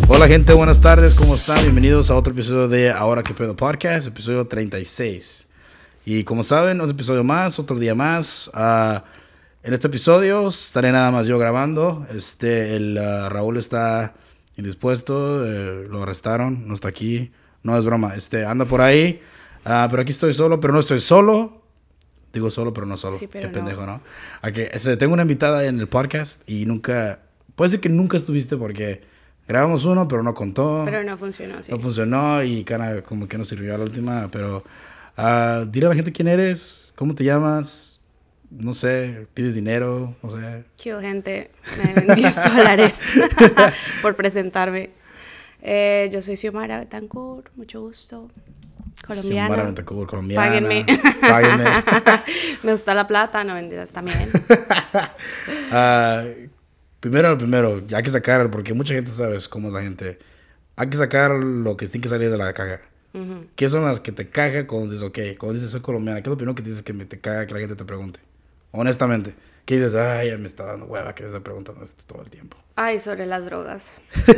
Hola gente, buenas tardes, ¿cómo están? Bienvenidos a otro episodio de Ahora que Pedo Podcast, episodio 36. Y como saben, un episodio más, otro día más. En este episodio estaré nada más yo grabando. Raúl está indispuesto, lo arrestaron, no está aquí. No es broma, anda por ahí. Pero aquí estoy solo, pero no estoy solo. Digo solo, pero no solo. Sí, pero qué pendejo, ¿no? Aquí, tengo una invitada en el podcast y puede ser que nunca estuviste porque grabamos uno, pero no contó. Pero no funcionó, sí. No funcionó y como que no sirvió a la última, pero dile a la gente quién eres, cómo te llamas, no sé, pides dinero, no sé. Qué gente, me deben $10 por presentarme. Yo soy Xiomara Betancourt, mucho gusto. Colombiana. Xiomara Betancourt, colombiana. Páguenme. Páguenme. Me gusta la plata, no vendidas también. Primero, ya hay que sacar, porque mucha gente sabes cómo es la gente. Hay que sacar lo que tiene que salir de la caja. Uh-huh. ¿Qué son las que te caga cuando dices, cuando dices soy colombiana? ¿Qué es lo primero que dices que te caga que la gente te pregunte? Honestamente. ¿Qué dices? Ay, ya me está dando hueva que me esté preguntando esto todo el tiempo. Ay, sobre las drogas.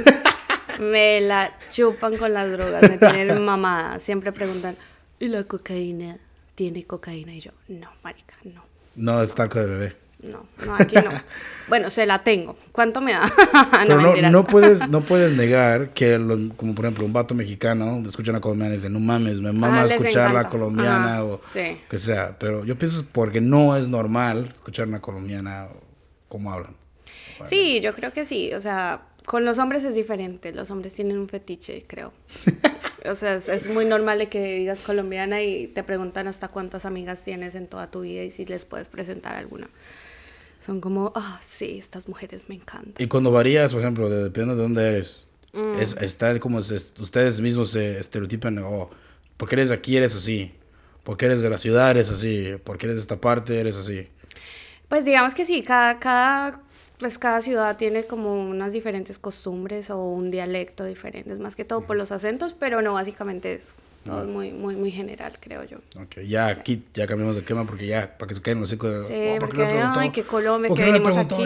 Me la chupan con las drogas, me tienen mamada. Siempre preguntan, ¿y la cocaína? ¿Tiene cocaína? Y yo, no, marica, no. No, es talco de bebé. No, aquí no. Bueno, se la tengo. ¿Cuánto me da? Pero no puedes negar que, como por ejemplo, un vato mexicano escucha una colombiana y dice, no mames, me mama escuchar la colombiana o sí. Que sea. Pero yo pienso porque no es normal escuchar una colombiana como hablan. Sí, yo creo que sí. O sea, con los hombres es diferente. Los hombres tienen un fetiche, creo. O sea, es muy normal de que digas colombiana y te preguntan hasta cuántas amigas tienes en toda tu vida y si les puedes presentar alguna. Son como, sí, estas mujeres me encantan. Y cuando varías, por ejemplo, dependiendo de dónde eres, está como ustedes mismos se estereotipan, porque eres aquí, eres así, porque eres de la ciudad, eres así, porque eres de esta parte, eres así. Pues digamos que sí, cada ciudad tiene como unas diferentes costumbres o un dialecto diferente, más que todo por los acentos, pero no, básicamente es todo muy, muy, muy general, creo yo. Ok, ya sí. Aquí ya cambiamos de tema porque ya, para que se caigan los hijos de... Sí, porque, ay, que Colombia, que venimos aquí.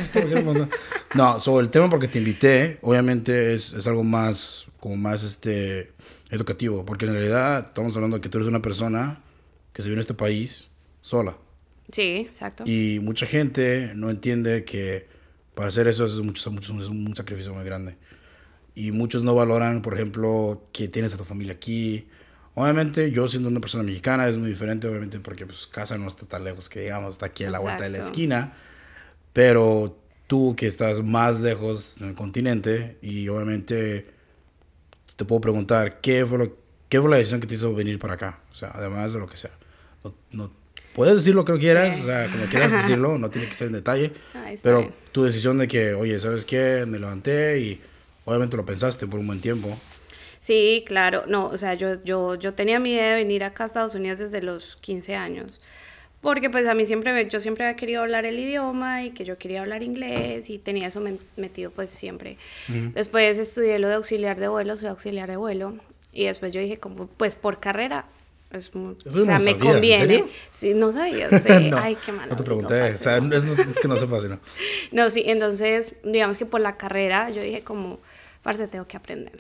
No, sobre el tema porque te invité, obviamente es algo más, como más educativo, porque en realidad estamos hablando de que tú eres una persona que se vino a este país sola. Sí, exacto. Y mucha gente no entiende que para hacer eso es un sacrificio muy grande. Y muchos no valoran, por ejemplo, que tienes a tu familia aquí. Obviamente, yo siendo una persona mexicana es muy diferente, obviamente, porque pues casa no está tan lejos que digamos, está aquí a la vuelta de la esquina. Pero tú que estás más lejos en el continente y obviamente te puedo preguntar, ¿qué fue la decisión que te hizo venir para acá? O sea, además de lo que sea. No puedes decir lo que quieras, o sea, como quieras decirlo, no tiene que ser en detalle. Pero bien. Tu decisión de que, oye, ¿sabes qué? Me levanté y obviamente lo pensaste por un buen tiempo. Sí, claro. No, o sea, yo tenía mi idea de venir acá a Estados Unidos desde los 15 años. Porque pues yo siempre había querido hablar el idioma y que yo quería hablar inglés y tenía eso metido pues siempre. Uh-huh. Después estudié lo de auxiliar de vuelo, soy auxiliar de vuelo. Y después yo dije, como pues por carrera... o sea, me conviene. ¿En serio? Sí, no sabía. Sí. No, ay, qué mala. No te pregunté. O sea, es que no sepas, sino. No, sí, entonces, digamos que por la carrera, yo dije como, parce, tengo que aprenderlo.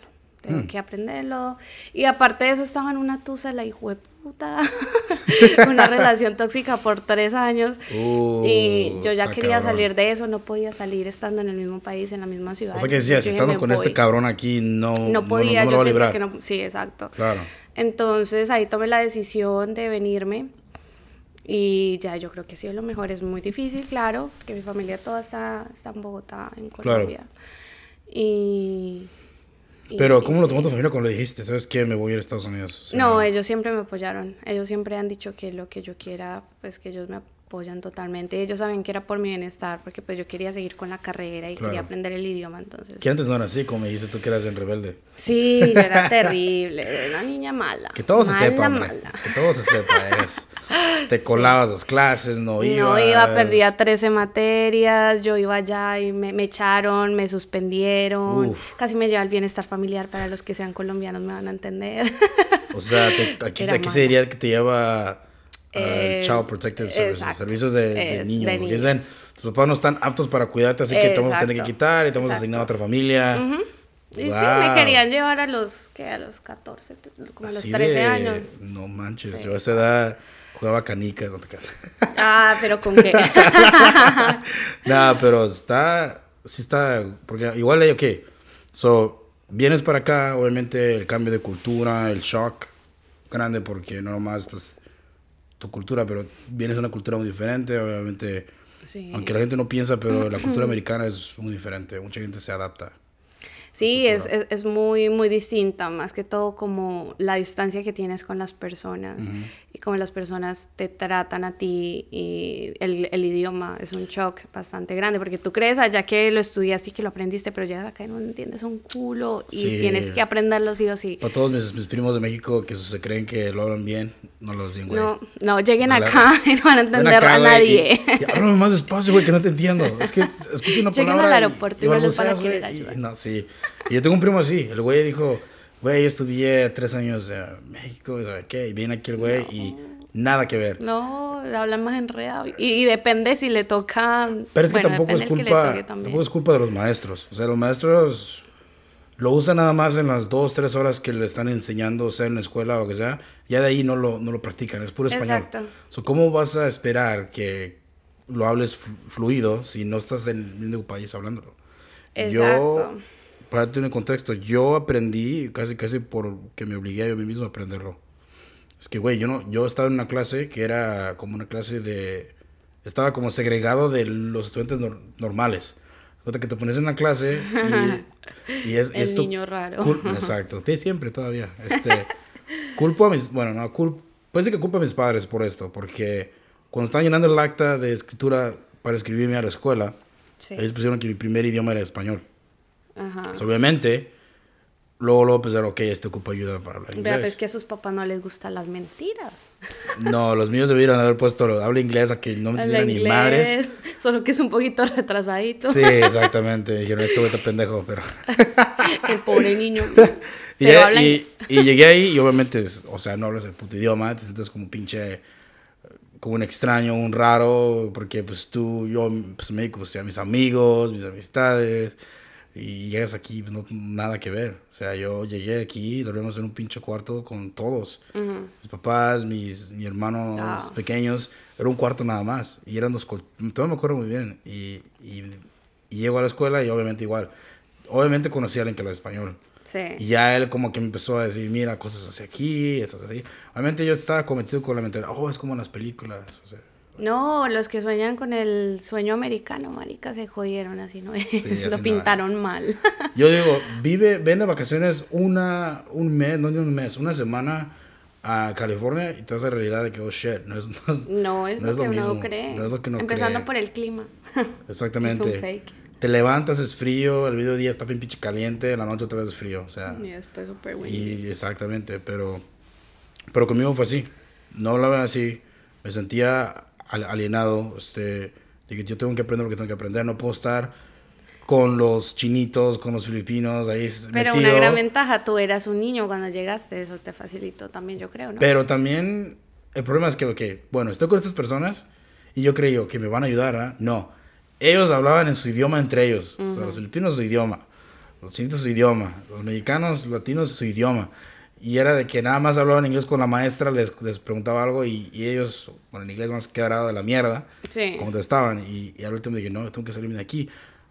Y aparte de eso, estaba en una tusa, la hijueputa. Una relación tóxica por 3 años. Y yo ya quería salir de eso, no podía salir estando en el mismo país, en la misma ciudad. O sea que decías, estando con este cabrón aquí, no podía, no yo lo sentía que no. Sí, exacto. Claro. Entonces ahí tomé la decisión de venirme y ya yo creo que sí, lo mejor es muy difícil, claro, porque mi familia toda está en Bogotá, en Colombia. Claro. Pero ¿cómo lo tomó tu familia cuando le dijiste, sabes qué, me voy a ir a Estados Unidos? O sea, no, ellos siempre me apoyaron, ellos siempre han dicho que lo que yo quiera, pues que ellos me apoyan totalmente. Ellos saben que era por mi bienestar, porque pues yo quería seguir con la carrera y quería aprender el idioma, entonces. Que antes no era así, como me dijiste tú que eras bien rebelde. Sí, yo era terrible, era una niña mala. Que todo se sepa, hombre. Que todo se sepa, te colabas las clases, no ibas. Perdía 13 materias, yo iba allá y me echaron, me suspendieron. Uf. Casi me lleva el bienestar familiar, para los que sean colombianos me van a entender. O sea, aquí se diría que te lleva Child Protective Services, servicios de niños. Porque dicen, tus papás no están aptos para cuidarte, así que te vamos a tener que quitar y te vamos a asignar a otra familia. Uh-huh. Y Wow. sí, me querían llevar a los, ¿qué? A los 14, como a los Así 13 de- años. No manches, Sí. yo a esa edad jugaba canicas, no te casas. Ah, pero ¿con qué? Nada, pero sí está, porque igual hay, ok, so, vienes para acá, obviamente el cambio de cultura, el shock grande, porque no nomás estás tu cultura, pero vienes de una cultura muy diferente, obviamente, Sí. aunque la gente no piensa, pero la cultura americana es muy diferente, mucha gente se adapta. Sí, es muy, muy distinta, más que todo como la distancia que tienes con las personas y cómo las personas te tratan a ti y el idioma es un shock bastante grande, porque tú crees allá que lo estudiaste y que lo aprendiste, pero llegas acá y no entiendes un culo y Sí. tienes que aprenderlo sí o sí. Para todos mis primos de México que se creen que lo hablan bien, no lo hablan bien, güey. No, no, lleguen No, la- acá y no van a Ven entender acá, a güey, nadie. y háblame más despacio, güey, que no te entiendo. Es que escucho una Lleguen palabra al aeropuerto y no les van a balbuceas, querer güey, ayudar. no, sí. Y yo tengo un primo así. El güey dijo, güey, yo estudié 3 años en México, ¿sabes qué? Y viene aquí el güey y nada que ver. No, hablan más enredado. Y depende si le toca. Pero es que bueno, tampoco es depende del que le culpa, toque también. tampoco es culpa de los maestros. O sea, los maestros lo usan nada más en las 2, 3 horas que le están enseñando, o sea, en la escuela o lo que sea. Ya de ahí no lo practican, es puro español. Exacto. So, ¿cómo vas a esperar que lo hables fluido si no estás en el mismo país hablándolo? Exacto. Yo, para tener contexto, yo aprendí casi porque me obligué a yo mismo a aprenderlo. Es que, güey, yo estaba en una clase que era como una clase de... Estaba como segregado de los estudiantes normales. Cuenta que te pones en una clase y es... El esto, niño raro. Exacto, sí, siempre todavía. Culpo a mis... Bueno, no, puede ser que culpo a mis padres por esto, porque cuando estaban llenando el acta de escritura para escribirme a la escuela, Sí. ellos pusieron que mi primer idioma era español. Ajá. So, obviamente, luego pensaron, ok, ocupa ayuda para hablar Vea, inglés. pues es que a sus papás no les gustan las mentiras. No, los míos debieron haber puesto habla inglés a que no me Habla entendieran ni madres. inglés, solo que es un poquito retrasadito. Sí, exactamente. Dijeron, este güey está pendejo, pero... El pobre niño. Y, Pero habla inglés. y llegué ahí y obviamente, o sea, no hablas el puto idioma, te sientes como un pinche, como un extraño, un raro, porque pues yo, pues en México, pues ya mis amigos, mis amistades, y llegas aquí, pues no nada que ver. O sea, yo llegué aquí, dormíamos en un pinche cuarto con todos. Mis papás, mis hermanos pequeños, era un cuarto nada más, y eran todo me acuerdo muy bien, y llego a la escuela y obviamente igual, obviamente conocí a alguien que hablaba español. Sí. Y ya él como que me empezó a decir, mira, cosas así aquí, cosas así. Obviamente yo estaba cometido con la mentalidad, es como en las películas. O sea, No, los que sueñan con el sueño americano, marica, se jodieron, así no es. así Lo no pintaron mal. yo digo, ven de vacaciones un mes, no ni un mes, una semana a California y te das la realidad de que, oh shit, no es No es lo que mismo, uno cree. no es lo que uno Empezando cree. por el clima. Exactamente. Es un fake. Te levantas, es frío, el mediodía está bien pinche caliente, en la noche otra vez es frío, o sea. Y después súper bueno. Y exactamente, pero conmigo fue así. No hablaba así, me sentía alienado, de que yo tengo que aprender lo que tengo que aprender, no puedo estar con los chinitos, con los filipinos, ahí Pero metido. una gran ventaja, tú eras un niño cuando llegaste, eso te facilitó también, yo creo, ¿no? Pero también el problema es que, bueno, estoy con estas personas y yo creí que me van a ayudar, ¿ah? No, ellos hablaban en su idioma entre ellos, o sea, los filipinos su idioma, los chinitos su idioma, los mexicanos, latinos su idioma. Y era de que nada más hablaban inglés con la maestra, les preguntaba algo y ellos, con el inglés más quebrado de la mierda, Sí. contestaban. Y al último dije, no, tengo que salirme de aquí.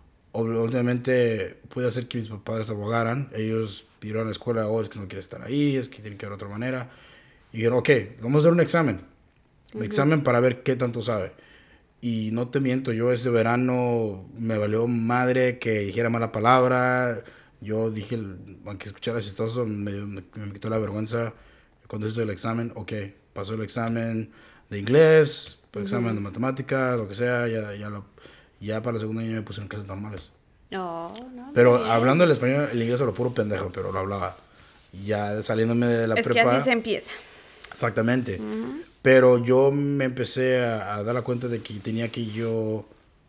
Últimamente pude hacer que mis padres abogaran. Ellos pidieron a la escuela, es que no quiere estar ahí, es que tiene que haber otra manera. Y dijeron, ok, vamos a hacer un examen. Un examen para ver qué tanto sabe. Y no te miento, yo ese verano me valió madre que dijera mala palabra. Yo dije, aunque escuchara chistoso, me quitó la vergüenza cuando hice el examen. Ok, pasó el examen de inglés, el examen de matemáticas, lo que sea. Ya para la segunda año me puse en clases normales. No, Pero bien. hablando el español, el inglés era lo puro pendejo, pero lo hablaba. Ya saliéndome de la Es prepa. que así se empieza. Exactamente. Pero yo me empecé a dar la cuenta de que tenía que yo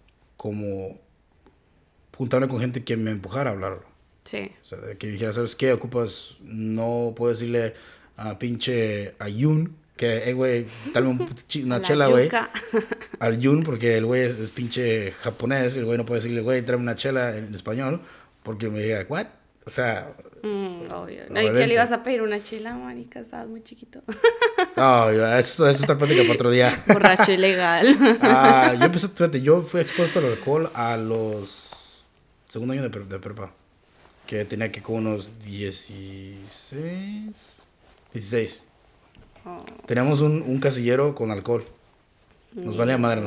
como juntarme con gente que me empujara a hablarlo. Sí. O sea, de que dijera, ¿sabes qué? Ocupas, no puedo decirle a pinche a Yun que, güey, dame una La chela, güey. yuca. Al Yun, porque el güey es pinche japonés. El güey no puede decirle, güey, tráeme una chela en español. Porque me diga, ¿what? O sea... Obvio. No, ¿y qué le ibas a pedir? ¿Una chela, marica? Estabas muy chiquito. No, eso es otra plática para otro día. Borracho ilegal. Yo fui expuesto al alcohol a los... segundo año de prepa. Que tenía que con unos 16. Oh. Teníamos un casillero con alcohol. Nos valía madre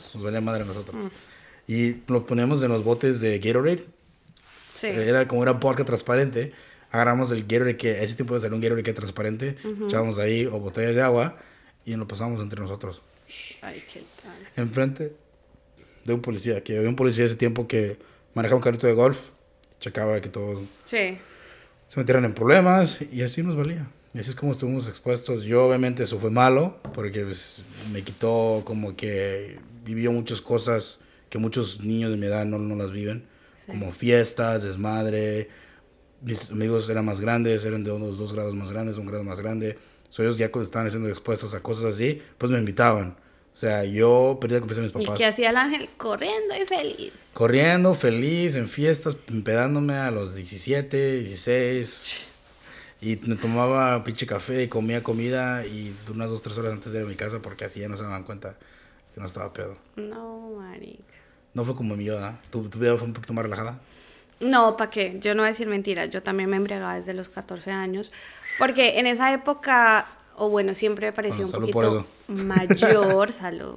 a nosotros. Y lo poníamos en los botes de Gatorade. Sí. Era vodka transparente. Agarramos el Gatorade que ese tiempo de salir un Gatorade que era transparente. Echábamos ahí o botellas de agua y lo pasábamos entre nosotros. Ay, qué tal. Enfrente de un policía. Que había un policía ese tiempo que manejaba un carrito de golf. Checaba que todos se metieran en problemas y así nos valía. Y así es como estuvimos expuestos. Yo obviamente eso fue malo porque pues, me quitó como que vivió muchas cosas que muchos niños de mi edad no las viven. Sí. Como fiestas, desmadre. Mis amigos eran más grandes, eran de unos 2 grados más grandes, 1 grado más grande. Ellos ya cuando estaban siendo expuestos a cosas así, pues me invitaban. O sea, yo perdí la confianza de mis papás. ¿Y qué hacía el ángel? Corriendo y feliz. Corriendo, feliz, en fiestas, empedándome a los 17, 16. Y me tomaba pinche café y comía comida y unas 2, 3 horas antes de ir a mi casa porque así ya no se daban cuenta que no estaba pedo. No, marica. No fue como mi vida. ¿Tu vida fue un poquito más relajada? No, ¿para qué? Yo no voy a decir mentiras. Yo también me embriagaba desde los 14 años. Porque en esa época, o bueno, siempre me pareció un poquito mayor. Salud.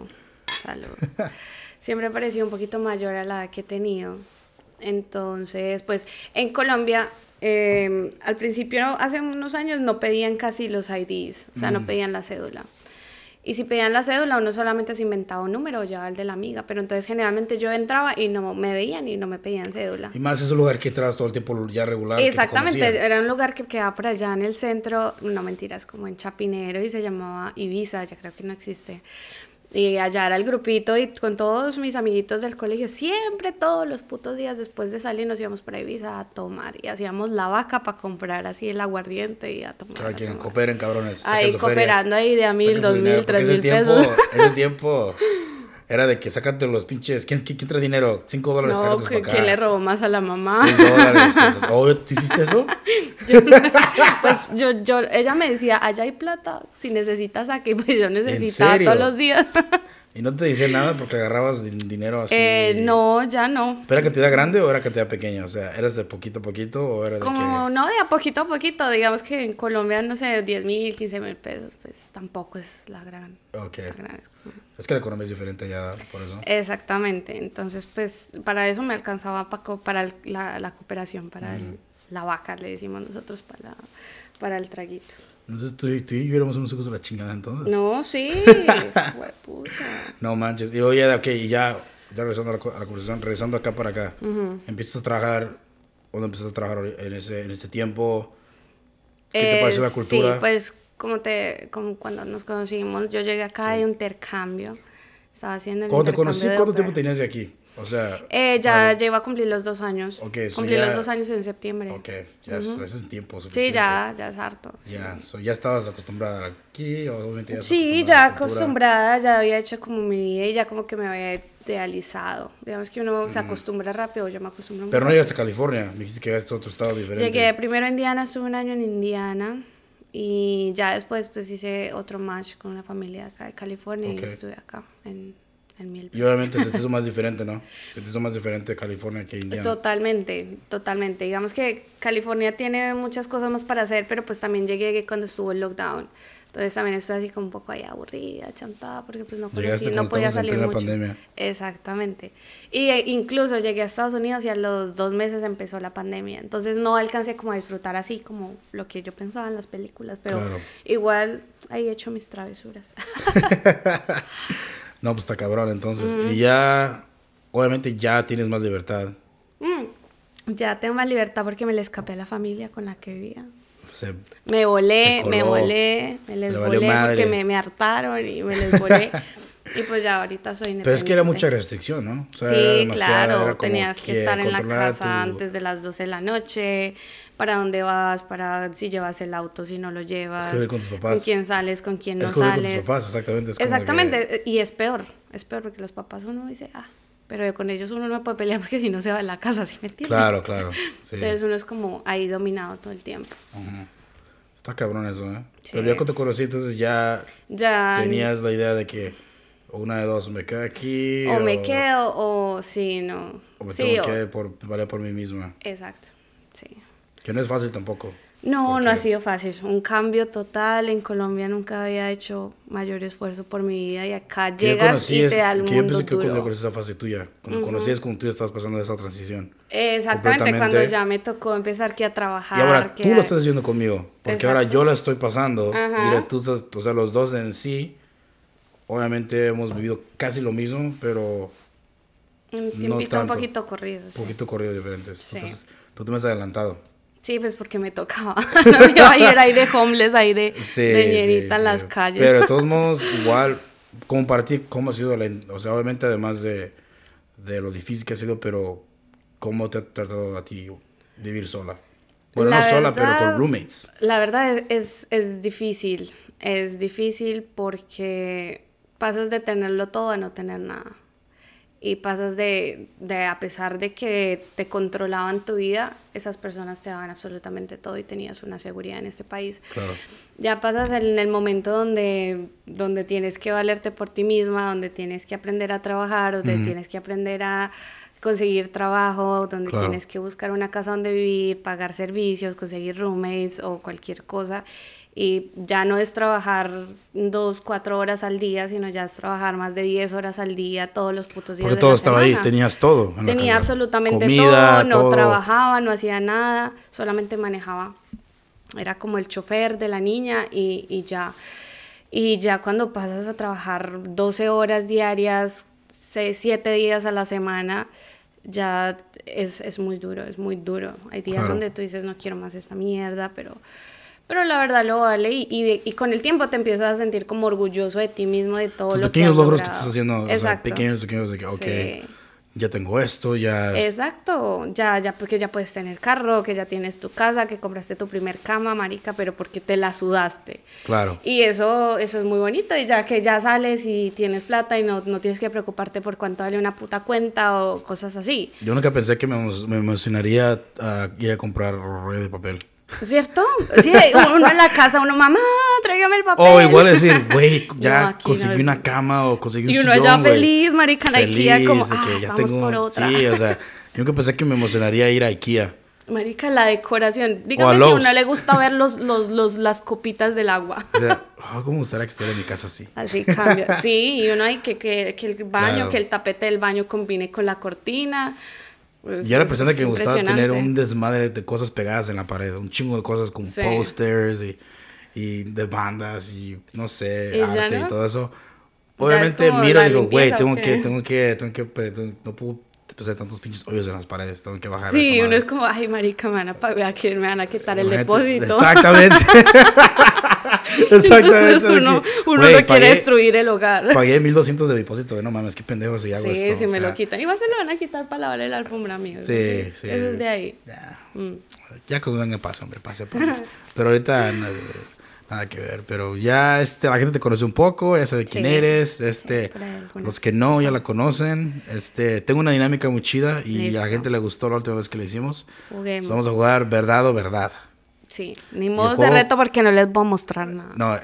Siempre me pareció un poquito mayor a la edad que he tenido. Entonces, pues, en Colombia, al principio, hace unos años, no pedían casi los IDs. O sea, no pedían la cédula. Y si pedían la cédula, uno solamente se inventaba un número o llevaba el de la amiga. Pero entonces generalmente yo entraba y no me veían y no me pedían cédula. Y más es un lugar que entrabas todo el tiempo ya regular. Exactamente, era un lugar que quedaba por allá en el centro, no mentiras, como en Chapinero y se llamaba Ibiza, ya creo que no existe. Y allá era el grupito y con todos mis amiguitos del colegio, siempre todos los putos días después de salir nos íbamos para Ibiza a tomar y hacíamos la vaca para comprar así el aguardiente y a tomar. Claro, quien cooperen, cabrones. Ahí cooperando ahí de a 1,000, 2,000, 3,000 pesos. Ese tiempo era de que sácate los pinches. ¿Quién trae dinero? $5. No, ¿quién le robó más a la mamá? $6. ¿Oh, ¿tú hiciste eso? Ella me decía, allá hay plata, si necesitas aquí, pues yo necesitaba todos los días. ¿Y no te decía nada porque agarrabas dinero así? No, ya no. ¿Pero era cantidad grande o era cantidad pequeña? O sea, ¿eras de poquito a poquito o era de como, no, de a poquito. Digamos que en Colombia, no sé, 10,000, 15,000 pesos, pues tampoco es la gran. Ok. Es que la economía es diferente ya, por eso. Exactamente. Entonces, pues, para eso me alcanzaba para la cooperación, para la vaca, le decimos nosotros, para el traguito. Entonces tú y yo éramos unos hijos de la chingada entonces. No, sí. Huepucha. No manches. Y oye, ya regresando a la conversación, regresando acá para acá. Empiezas a trabajar, ¿cuándo empezaste a trabajar en ese tiempo? ¿Qué te pareció la cultura? Sí, pues como cuando nos conocimos, yo llegué acá de intercambio. Estaba haciendo el ¿Cuándo intercambio. te conocí? ¿Cuánto tiempo tenías de aquí? O sea... ya iba a cumplir los 2 años. Okay, cumplí los 2 años en septiembre. Ok, ya ese es tiempo suficiente. Sí, ya es harto. Ya, ¿ya estabas acostumbrada aquí? Obviamente sí, ya acostumbrada, ya había hecho como mi vida y ya como que me había idealizado. Digamos que uno se acostumbra rápido, yo me acostumbro. Pero no llegaste a California, me dijiste que llegaste a otro estado diferente. Llegué primero a Indiana, estuve 1 año en Indiana y ya después pues hice otro match con una familia acá de California y estuve acá en Millville. Y obviamente se te hizo más diferente, ¿no? Se te hizo más diferente California que Indiana. Totalmente. Digamos que California tiene muchas cosas más para hacer, pero pues también llegué cuando estuvo el lockdown. Entonces también estoy así como un poco ahí aburrida, chantada, porque pues no podía salir mucho. Pandemia. Exactamente. Y incluso llegué a Estados Unidos y a los 2 meses empezó la pandemia. Entonces no alcancé como a disfrutar así como lo que yo pensaba en las películas, pero igual ahí he hecho mis travesuras. No, pues está cabrón, entonces. Y ya, obviamente ya tienes más libertad. Ya tengo más libertad porque me le escapé a la familia con la que vivía. Me les volé porque me hartaron y me les volé. Y pues ya ahorita soy independiente. Pero es que era mucha restricción, ¿no? O sea, sí, claro, tenías que estar en la casa antes de las 12 de la noche, para dónde vas, para si llevas el auto, si no lo llevas, con tus papás. Con quién sales, con quién no sales. Con tus papás, exactamente. Exactamente, y es peor porque los papás uno dice, pero con ellos uno no puede pelear porque si no se va de la casa, ¿sí me entiendes? Claro, claro. Sí. Entonces uno es como ahí dominado todo el tiempo. Está cabrón eso, ¿eh? Sí. Pero ya cuando te conocí, entonces ya tenías la idea de que una de dos, me quedo aquí. O me quedo o sí, no. O me Sí, tengo que valer por mí misma. Exacto, sí. Que no es fácil tampoco. No, Porque- no ha sido fácil. Un cambio total. En Colombia nunca había hecho mayor esfuerzo por mi vida y acá Que yo llegas conocí y es, te da el que yo mundo pensé que cuando duro. conocí esa fase tuya. Cuando conocí es cuando tú ya estabas pasando esa transición. Exactamente, completamente. cuando ya me tocó empezar que a trabajar. Y ahora que tú lo a- estás haciendo conmigo. Porque Exacto. ahora yo la estoy pasando. Ajá. Y ahora tú estás, o sea, los dos en sí, obviamente hemos vivido casi lo mismo, pero Un no tiempito un tanto. poquito corrido. un Sí. poquito corridos diferentes. Sí. Entonces, tú te me has adelantado. Sí, pues porque me tocaba. No me iba a ir ahí de homeless, ahí de ñerita en las calles. Pero de todos modos, igual, compartir cómo ha sido, o sea, obviamente además de lo difícil que ha sido, pero cómo te ha tratado a ti vivir sola. Bueno, La no sola, pero verdad- con roommates. La verdad es difícil. Es difícil porque pasas de tenerlo todo a no tener nada. Y pasas de a pesar de que te controlaban tu vida, esas personas te daban absolutamente todo y tenías una seguridad en este país. Claro. Ya pasas en el momento donde tienes que valerte por ti misma, donde tienes que aprender a trabajar, donde tienes que aprender a conseguir trabajo, donde Claro. tienes que buscar una casa donde vivir, pagar servicios, conseguir roommates o cualquier cosa. Y ya no es trabajar 2, 4 horas al día, sino ya es trabajar más de 10 horas al día, todos los putos días Porque de todo la estaba ahí, semana. tenías todo. en la Tenía casa. absolutamente Comida, todo, no trabajaba, no hacía nada, solamente manejaba. Era como el chofer de la niña y ya. Y ya cuando pasas a trabajar 12 horas diarias, 6, 7 días a la semana, ya es muy duro, es muy duro. Hay días Claro. donde tú dices, no quiero más esta mierda, pero la verdad lo vale y con el tiempo te empiezas a sentir como orgulloso de ti mismo, de todo Tus lo que pequeños has logros que logrado. estás haciendo. O sea, Exacto. pequeños de que, ok, Sí. ya tengo esto, ya... Exacto, ya porque ya puedes tener carro, que ya tienes tu casa, que compraste tu primer cama, marica, pero porque te la sudaste. Claro. Y eso es muy bonito, y ya que ya sales y tienes plata y no tienes que preocuparte por cuánto vale una puta cuenta o cosas así. Yo nunca pensé que me emocionaría a ir a comprar rollo de papel. ¿Cierto? Sí, uno en la casa, uno, mamá, tráigame el papel. O igual decir, güey, ya No, aquí conseguí no. una cama o conseguí un Y uno sillón, ya güey. feliz, marica, en IKEA, como, de que ya vamos tengo, por otra. sí, o sea, yo nunca pensé que me emocionaría ir a IKEA. Marica, la decoración. O Dígame a si a Lowe's. uno le gusta ver las copitas del agua. O sea, ¿cómo me gustaría que estuviera en mi casa así? Así cambia. Sí, y uno hay que el baño, Claro. que el tapete del baño combine con la cortina. Pues, Y era es persona que me gustaba tener impresionante. un desmadre de cosas pegadas en la pared, un chingo de cosas con Sí. posters y de bandas y no sé, ¿Y ya arte no? y todo eso. Ya Obviamente es como miro y la digo, güey, limpieza, ¿o qué? no puedo hacer tantos pinches hoyos en las paredes, tengo que bajar Sí, esa uno madre. es como, ay, marica, me van a quitar el Imagínate, depósito. Exactamente. Exactamente. Entonces uno Güey, no quiere destruir el hogar. Pagué 1,200 de depósito, no mames, qué pendejo si hago Sí, esto. si me o sea, lo quitan. Igual se lo van a quitar para lavar el alfombra, amigo. Sí, sí. Eso es de ahí. Ya, Mm. ya cuando venga pasa, hombre, pase. Pero ahorita nada que ver. Pero ya la gente te conoce un poco, ya sabe quién Sí, eres. por ahí algunas Los que no, ya la personas. conocen. Tengo una dinámica muy chida y a la Listo. gente le gustó la última vez que le hicimos. Juguemos. Vamos a jugar verdad o verdad. Sí, ni modo de juego- reto porque no les voy a mostrar nada. No.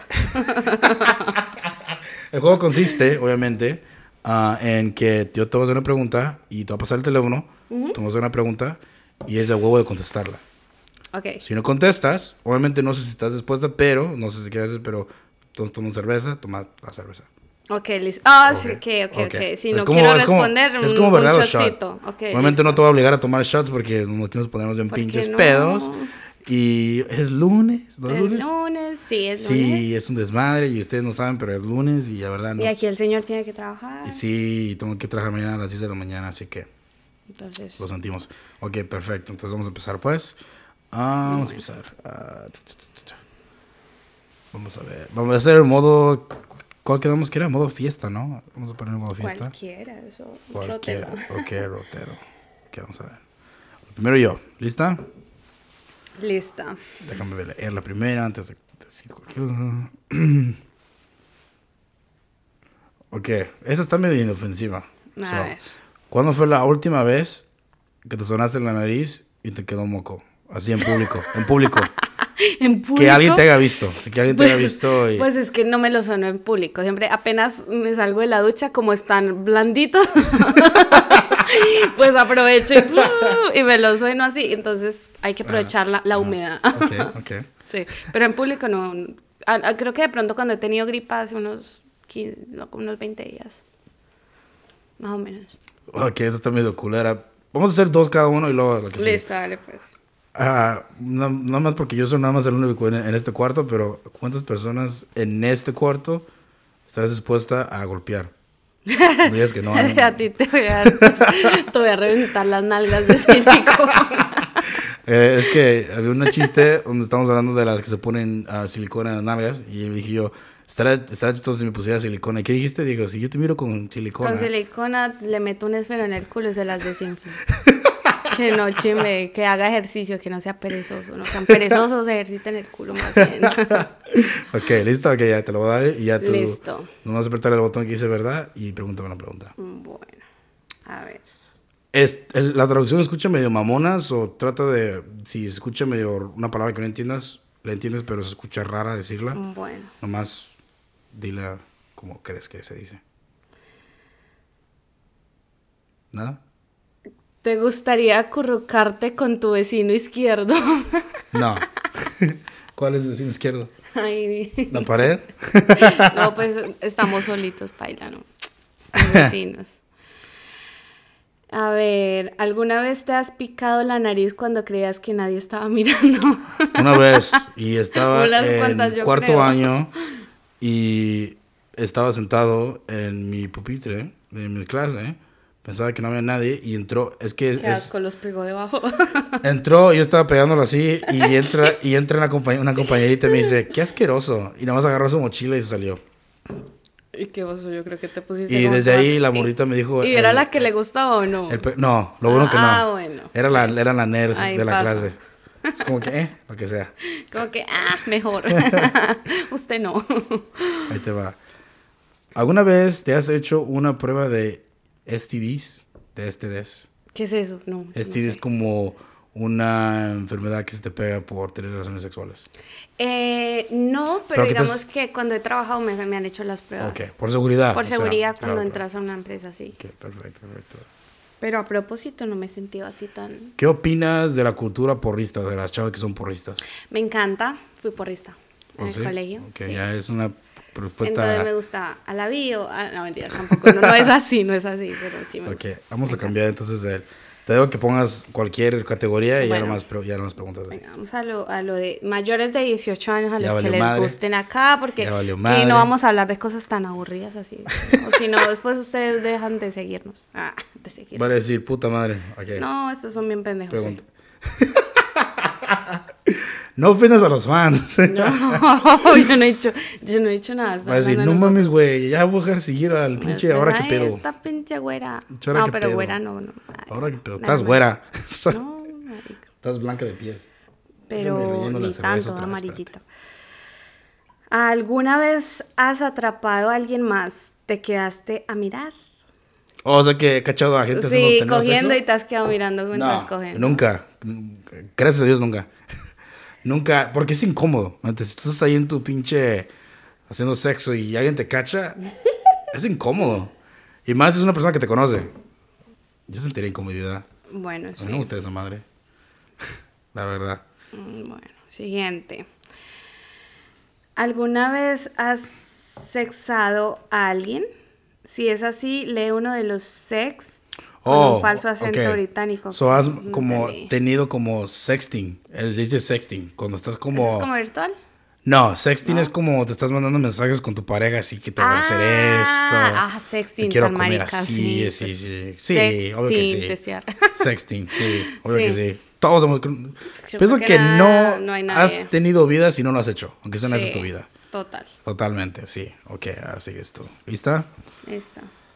El juego consiste, obviamente, en que yo te voy a hacer una pregunta y te voy a pasar el teléfono, te voy a hacer una pregunta y es de huevo de contestarla. Ok. Si no contestas, obviamente no sé si estás dispuesta, pero no sé si quieres hacer, pero toma cerveza, toma la cerveza. Ok, listo. Ah, sí, Ok, ok. Si Es no como- quiero es como- responder, es como verdad un o shot. shotcito. Ok, Obviamente listo. no te voy a obligar a tomar shots porque no queremos ponernos bien ¿Por qué pinches no? pedos. Y es lunes, ¿no es Es lunes? lunes, sí, es lunes. Sí, es un desmadre y ustedes no saben, pero es lunes y la verdad no. Y aquí el señor tiene que trabajar. Y sí, tengo que trabajar mañana a las 10 de la mañana, así que Entonces, lo sentimos. Ok, perfecto. Entonces vamos a empezar, pues. Vamos a empezar. Vamos a ver. Vamos a hacer el modo... ¿Cuál quedamos que era? Modo fiesta, ¿no? Vamos a poner el modo fiesta. cualquiera, eso. Cualquiera. rotero. Ok, rotero. Ok, vamos a ver. Primero yo. ¿Lista? Lista. Déjame leer la primera antes de decir cualquier... Ok, esa está medio inofensiva. A ver. ¿Cuándo fue la última vez que te sonaste en la nariz y te quedó moco? Así en público, en público. ¿En público? Que alguien te haya visto, que alguien te haya visto y... Pues es que no me lo sueno en público. Siempre apenas me salgo de la ducha, como están blanditos, pues aprovecho y me lo sueno así. Entonces hay que aprovechar la humedad. Ok. Sí, pero en público no. Creo que de pronto cuando he tenido gripa hace unos 15, no, como unos 20 días. Más o menos. Ok, eso está medio culera. Vamos a hacer 2 cada uno y luego lo que sigue. Listo, dale pues. No más porque yo soy nada más el único en este cuarto, pero ¿cuántas personas en este cuarto estás dispuesta a golpear? No digas que no. A ti te voy a reventar las nalgas de silicona. Es que había un chiste donde estamos hablando de las que se ponen silicona en las nalgas y me dije yo, estará chistoso si me pusiera silicona. ¿Y qué dijiste? Digo, si yo te miro con silicona. Con silicona le meto un esfero en el culo y se las desinflo. Que no chimbe, que haga ejercicio, que no sea perezoso. No sean perezosos, ejerciten el culo más bien. Ok, listo, ok, ya te lo voy a dar y ya tú. Listo. Nomás apretar el botón que dice verdad y pregúntame una pregunta. Bueno, a ver. ¿La traducción escucha medio mamonas o trata de, si escucha medio una palabra que no entiendas, la entiendes pero se escucha rara decirla? Bueno. Nomás dile como crees que se dice. ¿Nada? ¿Te gustaría acurrucarte con tu vecino izquierdo? No. ¿Cuál es el vecino izquierdo? Ay. ¿La pared? No, pues estamos solitos, paila, ¿no? Los vecinos. A ver, ¿alguna vez te has picado la nariz cuando creías que nadie estaba mirando? Una vez, y estaba Unas en cuantas, yo cuarto creo. año y estaba sentado en mi pupitre de mi clase. Pensaba que no había nadie y entró. Es que Qué asco, los pegó debajo. entró, yo estaba pegándolo así y entra una compañerita y me dice, qué asqueroso. Y nada más agarró su mochila y se salió. Y qué oso, yo creo que te pusiste. Y como desde toda- ahí la morrita me dijo... ¿Y era la que le gustaba o no? No, lo bueno que no. Ah, bueno. Era la nerd Ahí de la pasa. clase. Es como que, lo que sea. Como que, mejor. Usted no. Ahí te va. ¿Alguna vez te has hecho una prueba de STDs? De STDs. ¿Qué es eso? No. STD no es sé. como una enfermedad que se te pega por tener relaciones sexuales. No, pero Pero que digamos que cuando he trabajado me han hecho las pruebas. Ok, por seguridad. Por o sea, seguridad cuando claro, entras a una empresa, sí. claro. Ok, perfecto. Pero a propósito no me he sentido así tan... ¿Qué opinas de la cultura porrista, de las chavas que son porristas? Me encanta, fui porrista en ¿Oh, el sí? colegio. Ok, Sí. ya es una respuesta... Entonces me gusta a la bio, no mentira, tampoco, no es así, pero sí me Ok, gusta. vamos Me a cambiar entonces de... Te digo que pongas cualquier categoría y Bueno. ya nomás preguntas ahí. Venga, vamos a lo de mayores de 18 años a Ya los que valió les madre. gusten acá, porque Ya valió que madre. no vamos a hablar de cosas tan aburridas así. O si no, después ustedes dejan de seguirnos. De seguirnos. Van a decir, puta madre. Ok, No, estos son bien pendejos. pregunta. No ofendas a los fans. Sí. No, yo no he hecho nada. Va a decir, no mames, güey, ya voy a dejar seguir al pinche, ahora qué pedo. Esta pinche güera. Ahora No, qué pero pedo. güera no. Ay, Ahora qué pedo. nada Estás más. güera. No, marico. Estás blanca de piel. Déjame Pero relleno la ni cerveza tanto, otra vez, amarillito. ¿Alguna vez has atrapado a alguien más? ¿Te quedaste a mirar? O sea que he cachado a gente Sí, teniendo cogiendo sexo. y te has quedado mirando mientras No, cogiendo. nunca. Gracias a Dios, nunca. Nunca, porque es incómodo. Antes, si tú estás ahí en tu pinche haciendo sexo y alguien te cacha, es incómodo. Y más si es una persona que te conoce. Yo sentiría incomodidad. Bueno, A mí sí. no me gusta esa madre. La verdad. Bueno, siguiente. ¿Alguna vez has sexado a alguien? Si es así, lee uno de los sex con un falso acento ok. británico. So has No como entendí. tenido como sexting. Él dice sexting. Cuando estás como... ¿Eso es como virtual? No, sexting es como te estás mandando mensajes con tu pareja así que te voy a hacer esto. Sexting, Te quiero tan comer marica, así, pues. sí. Sí, obvio que sí. Testear. Sexting, sí, obvio Sí. que sí. Todos hemos... Yo Pienso creo que que no no hay has nadie. tenido vida si no lo has hecho, aunque sea una vez en Sí, tu vida. Total. Totalmente, sí. Ok, ahora sigues tú. ¿Lista? Listo.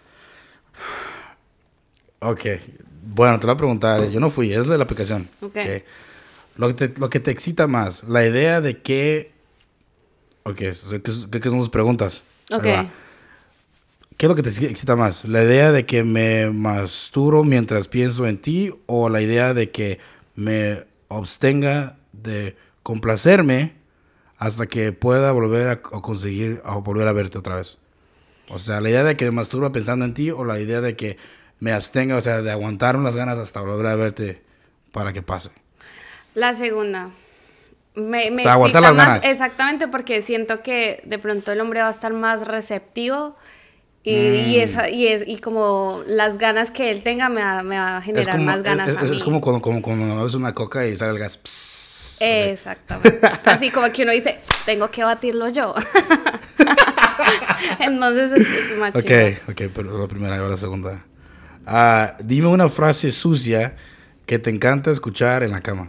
Ok. Bueno, te lo voy a preguntar. Yo no fui, es de la aplicación. Ok. Lo que te excita más, la idea de que... Ok, ¿qué son tus preguntas? Ahí Ok. va. ¿Qué es lo que te excita más? ¿La idea de que me masturo mientras pienso en ti o la idea de que me abstenga de complacerme hasta que pueda volver a conseguir o volver a verte otra vez? O sea, la idea de que me masturo pensando en ti o la idea de que me abstenga, o sea, de aguantarme las ganas hasta volver a verte para que pase. La segunda. Me O sea, aguantar excita las más, ganas. exactamente, porque siento que de pronto el hombre va a estar más receptivo y como las ganas que él tenga me va a generar más ganas a mí. Es como cuando ves una coca y sale el gas. Psss, Exactamente. Así como que uno dice, tengo que batirlo yo. Entonces es más chido. Ok, pero la primera y ahora la segunda. Dime una frase sucia que te encanta escuchar en la cama.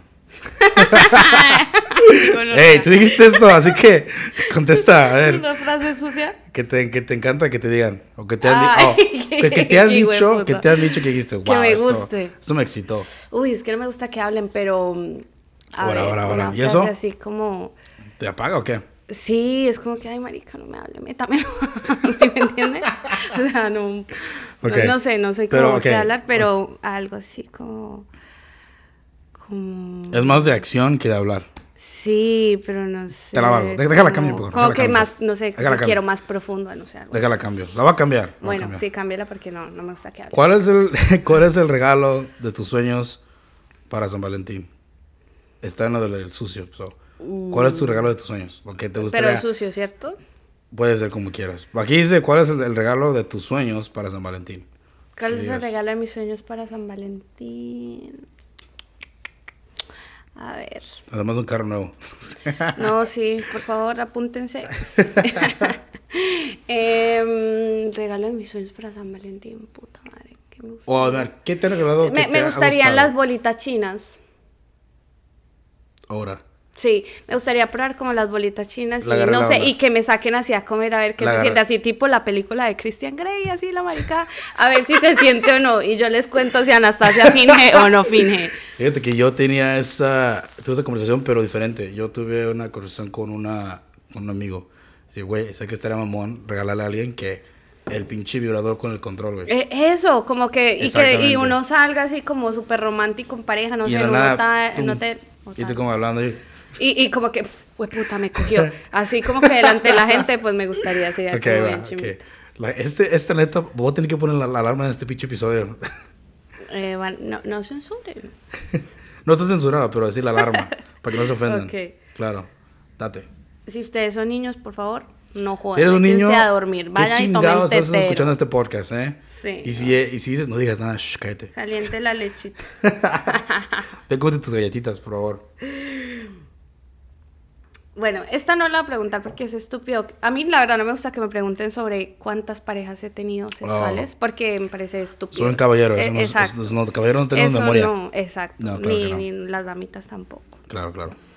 Bueno, Hey, tú dijiste esto, así que contesta, a ver. una frase sucia. Que te encanta que te digan. O que te han, Ay, que te han qué dicho, hijueputa. que te han dicho que dijiste, wow, Que me guste. Esto me excitó. Uy, es que no me gusta que hablen, pero Ahora. una ¿Y eso? frase así como, ¿Te apaga o qué? sí, es como que, ay, marica, no me hable, métamelo. ¿Sí me entiende? O sea, Ok. no sé, no soy Pero, como ok. que hablar, pero algo así como, Es más de acción que de hablar. sí, pero no sé. Te la valgo. Déjala cambio, por favor. Como Déjala que cambio. más, no sé, Déjala cambio. quiero más profundo, no sé, algo. Déjala cambio. La va a cambiar. La va a Bueno, cambiar. sí, cámbiala porque no me gusta que hable. ¿Cuál es el regalo de tus sueños para San Valentín? Está en lo del sucio. ¿Cuál es tu regalo de tus sueños? Lo que te gustaría. Pero es sucio, ¿cierto? Puede ser como quieras. Aquí dice, ¿cuál es el regalo de tus sueños para San Valentín? ¿Cuál es el Digas. regalo de mis sueños para San Valentín? A ver. Además de un carro nuevo. No, sí, por favor, apúntense. Regalo de mis sueños para San Valentín, puta madre. ¿Qué me gustaría? O a ver, ¿qué te ha regalado? que te Me ha gustarían gustado? las bolitas chinas. Ahora. Sí, me gustaría probar como las bolitas chinas La y agarré no la sé, onda. y que me saquen así a comer a ver qué La se agarré. siente, así tipo la película de Christian Grey, así la marica, a ver si se siente o no, y yo les cuento si Anastasia finge o no finge. Fíjate que yo tuve esa conversación, pero diferente. Yo tuve una conversación con un amigo. Dice, güey, sé que estaría mamón regalarle a alguien que el pinche vibrador con el control, güey. Eso, como que Exactamente. y uno salga así como súper romántico en pareja, no Y sé, en en la un nada, hotel, y tú como hablando y... y como que, pues puta, me cogió. Así como que delante de la gente, pues me gustaría así. Ok, como va, bien ok. chimita. Esta neta, voy a tener que poner la alarma en este pinche episodio. No censuren. No está censurado, pero decir la alarma, para que no se ofendan. Ok. Claro, date. Si ustedes son niños, por favor, no Si jodan. eres un niño, métanse a dormir. ¿qué Vayan y tomen chingados estás tetero. escuchando este podcast, eh? Sí. Y si dices, no digas nada, shh, cállate. Caliente la lechita. Ve, cómete tus galletitas, por favor. Bueno, esta no la voy a preguntar porque es estúpido. A mí, la verdad, no me gusta que me pregunten sobre cuántas parejas he tenido sexuales porque me parece estúpido. Soy un caballero. Exacto. Caballeros no tenemos Eso memoria. no, exacto. No, claro que no. Ni las damitas tampoco. Claro.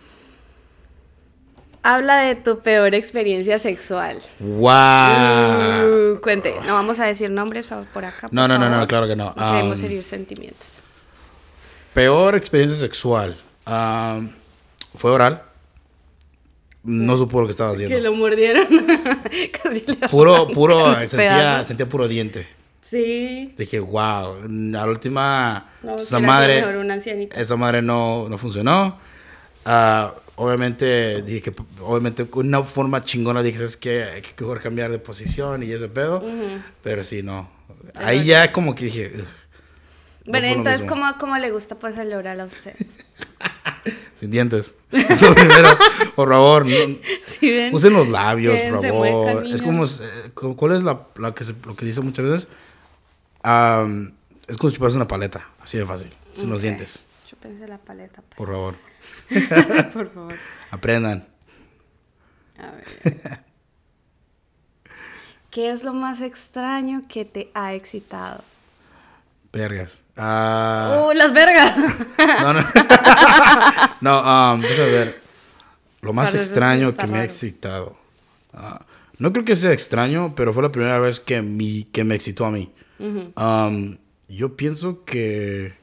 Habla de tu peor experiencia sexual. ¡Wow! Cuente, no vamos a decir nombres por acá. No, favor. claro que no. Queremos herir sentimientos. Peor experiencia sexual. Fue oral. No supo lo que estaba haciendo. Que lo mordieron. Casi le Puro, pedazo. sentía puro diente. Sí. Dije, wow. A la última, No, esa hubiera sido mejor una ancianita. esa madre no funcionó. Obviamente, dije que, obviamente, con una forma chingona dije, es que hay que mejor cambiar de posición y ese pedo. Pero sí, no. Ahí ya como que dije, ugh, no Bueno, fue lo entonces, mismo. ¿cómo le gusta pues el oral a usted? Sin dientes. Es lo primero. Por favor, no, ¿Sí ven? usen los labios, por Quédense favor. muecas, Es niños. como, ¿cuál es lo que dice muchas veces? Es como chuparse una paleta, así de fácil. Sin los Ok. dientes, Chúpense la paleta, por favor. por favor. Aprendan. A ver. ¿Qué es lo más extraño que te ha excitado? Vergas. Las vergas. No. No, déjame ver. Lo más Tal vez extraño está que me ha raro. excitado. No creo que sea extraño, pero fue la primera vez que me excitó a mí. Yo pienso que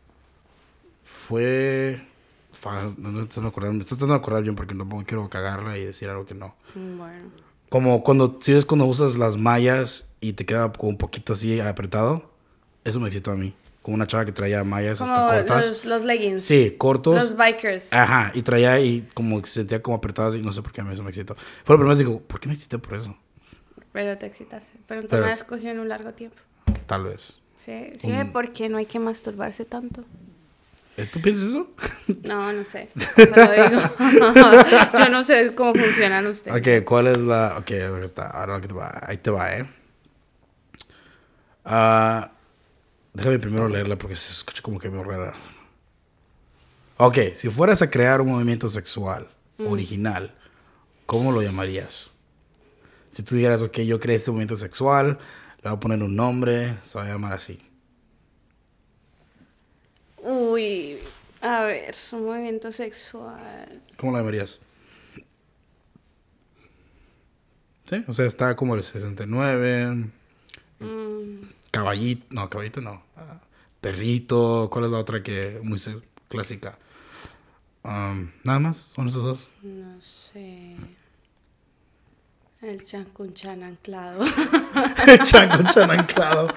fue... No estoy tratando de acordar bien porque no quiero cagarla y decir algo que no. Bueno. Como cuando, si ves cuando usas las mallas y te queda como un poquito así apretado, eso me excitó a mí. Como una chava que traía mallas Como hasta cortas. los leggings. Sí, cortos. Los bikers. Ajá, y traía y como que se sentía como apretadas y no sé por qué a mí eso me excitó. Fue la primera vez que digo, ¿por qué me excité por eso? Pero te excitaste. Pero no te Pero me es- has cogido en un largo tiempo. Tal vez. Sí, sí ve por qué no hay que masturbarse tanto. ¿Tú piensas eso? No, no sé. Solo digo. Yo no sé cómo funcionan ustedes. Ok, ¿cuál es la...? Ok, ahora está. Ahora que te va. Ahí te va, Ah, déjame primero leerla porque se escucha como que me rara. Ok, si fueras a crear un movimiento sexual original, ¿cómo lo llamarías? Si tú dijeras, ok, yo creé este movimiento sexual, le voy a poner un nombre, se va a llamar así. Uy, a ver, un movimiento sexual. ¿Cómo lo llamarías? Sí, o sea, está como el 69, caballito, no, caballito no, perrito, ¿cuál es la otra que muy clásica? Nada más, son esos dos. No sé. El chancunchan anclado. Chanco anclado.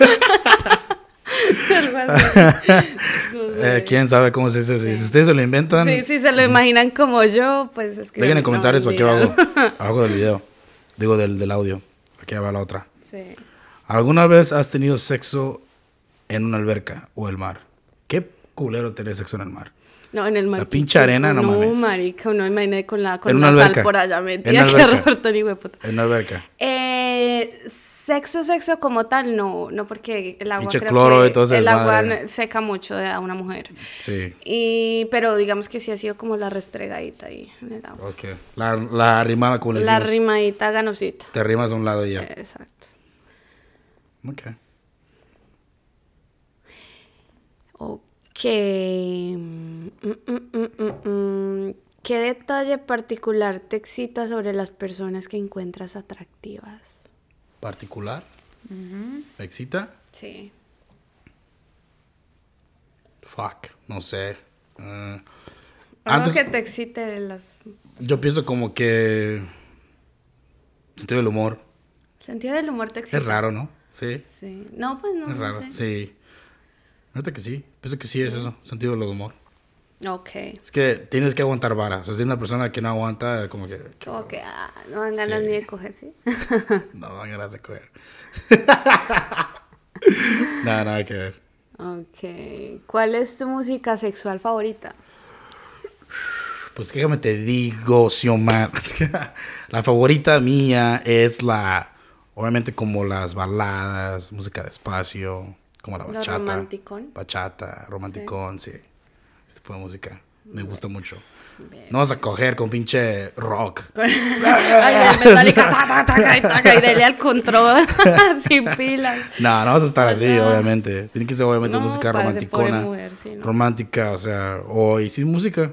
Algo así. No sé. ¿Quién sabe cómo se dice? Si ustedes se lo inventan, Sí, si se lo imaginan como yo, pues es que. dejen en comentarios o aquí abajo, abajo del video. Digo, del audio. Aquí va la otra. Sí. ¿Alguna vez has tenido sexo en una alberca o el mar? Qué culero tener sexo en el mar. No, en el mar. La pinche arena, no mames. No, marica, no imaginé con En con una la alberca. sal por allá En metida. una Qué alberca. horror, Tony, hueputa. En una alberca. Sexo como tal, no, no porque el agua Pinche creo cloro que y todo ese el agua desmadre. seca mucho a una mujer. Sí. Pero digamos que sí ha sido como la restregadita ahí en el agua. Ok. La arrimada, como le La decimos. rimadita ganosita. Te arrimas a un lado y ya. Exacto. Ok. Ok. ¿Qué detalle particular te excita sobre las personas que encuentras atractivas? ¿Particular? ¿Me excita? Sí. Fuck. No sé. Algo Antes, que te excite de las... yo pienso como que... Sentido del humor. Sentido del humor te excita. Es raro, ¿no? Sí. Sí. No, pues no, Es no raro. sé. Sí. Neta que sí. Pienso que sí es eso. Sentido del humor. Ok. Es que tienes que aguantar vara. O sea, si una persona que no aguanta, como que... Como que no dan ganas Sí. ni de coger, ¿sí? No dan ganas de coger. Nada que ver. Ok. ¿Cuál es tu música sexual favorita? Pues déjame te digo, Xiomar. La favorita mía es obviamente como las baladas, música despacio, como la ¿Lo bachata. romanticón? Bachata, romanticón, sí. Este tipo de música. Me gusta mucho. Bien. No vas a coger con pinche rock. Ay, el Metallica, y dele al control sin pilas. No, no vas a estar así, Ajá. obviamente. Tiene que ser obviamente No, música parece pobre romanticona. mujer, sí, ¿no? Romántica, o sea, y sin música.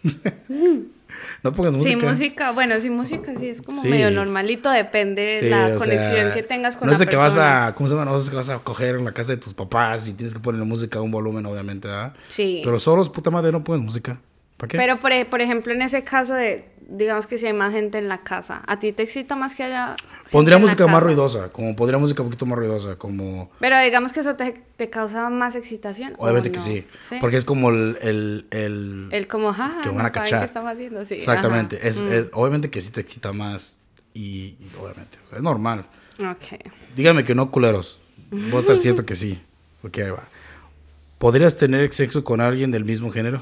No pongas música. Sin música, bueno, sin música sí es como Sí. medio normalito, depende de Sí, la o conexión sea, que tengas con no la sé que persona. vas a, ¿cómo se llama? No sé que vas a coger en la casa de tus papás y tienes que ponerle música a un volumen, obviamente, ¿verdad? Sí. Pero solos, puta madre, no pones música. ¿Para qué? Pero por ejemplo, en ese caso de, digamos que si hay más gente en la casa, ¿a ti te excita más que haya gente Pondría en la música más casa? ruidosa, pondría música un poquito más ruidosa, como... Pero digamos que eso te causa más excitación. ¿o Obviamente que no? sí, porque es como el El como, jaja, que no van a saben cachar. qué estamos haciendo, sí. Exactamente, ajá. es obviamente que sí te excita más y obviamente, o sea, es normal. Ok. Dígame que no, culeros. Voy a estar cierto que sí. Ok, ahí va. ¿Podrías tener sexo con alguien del mismo género?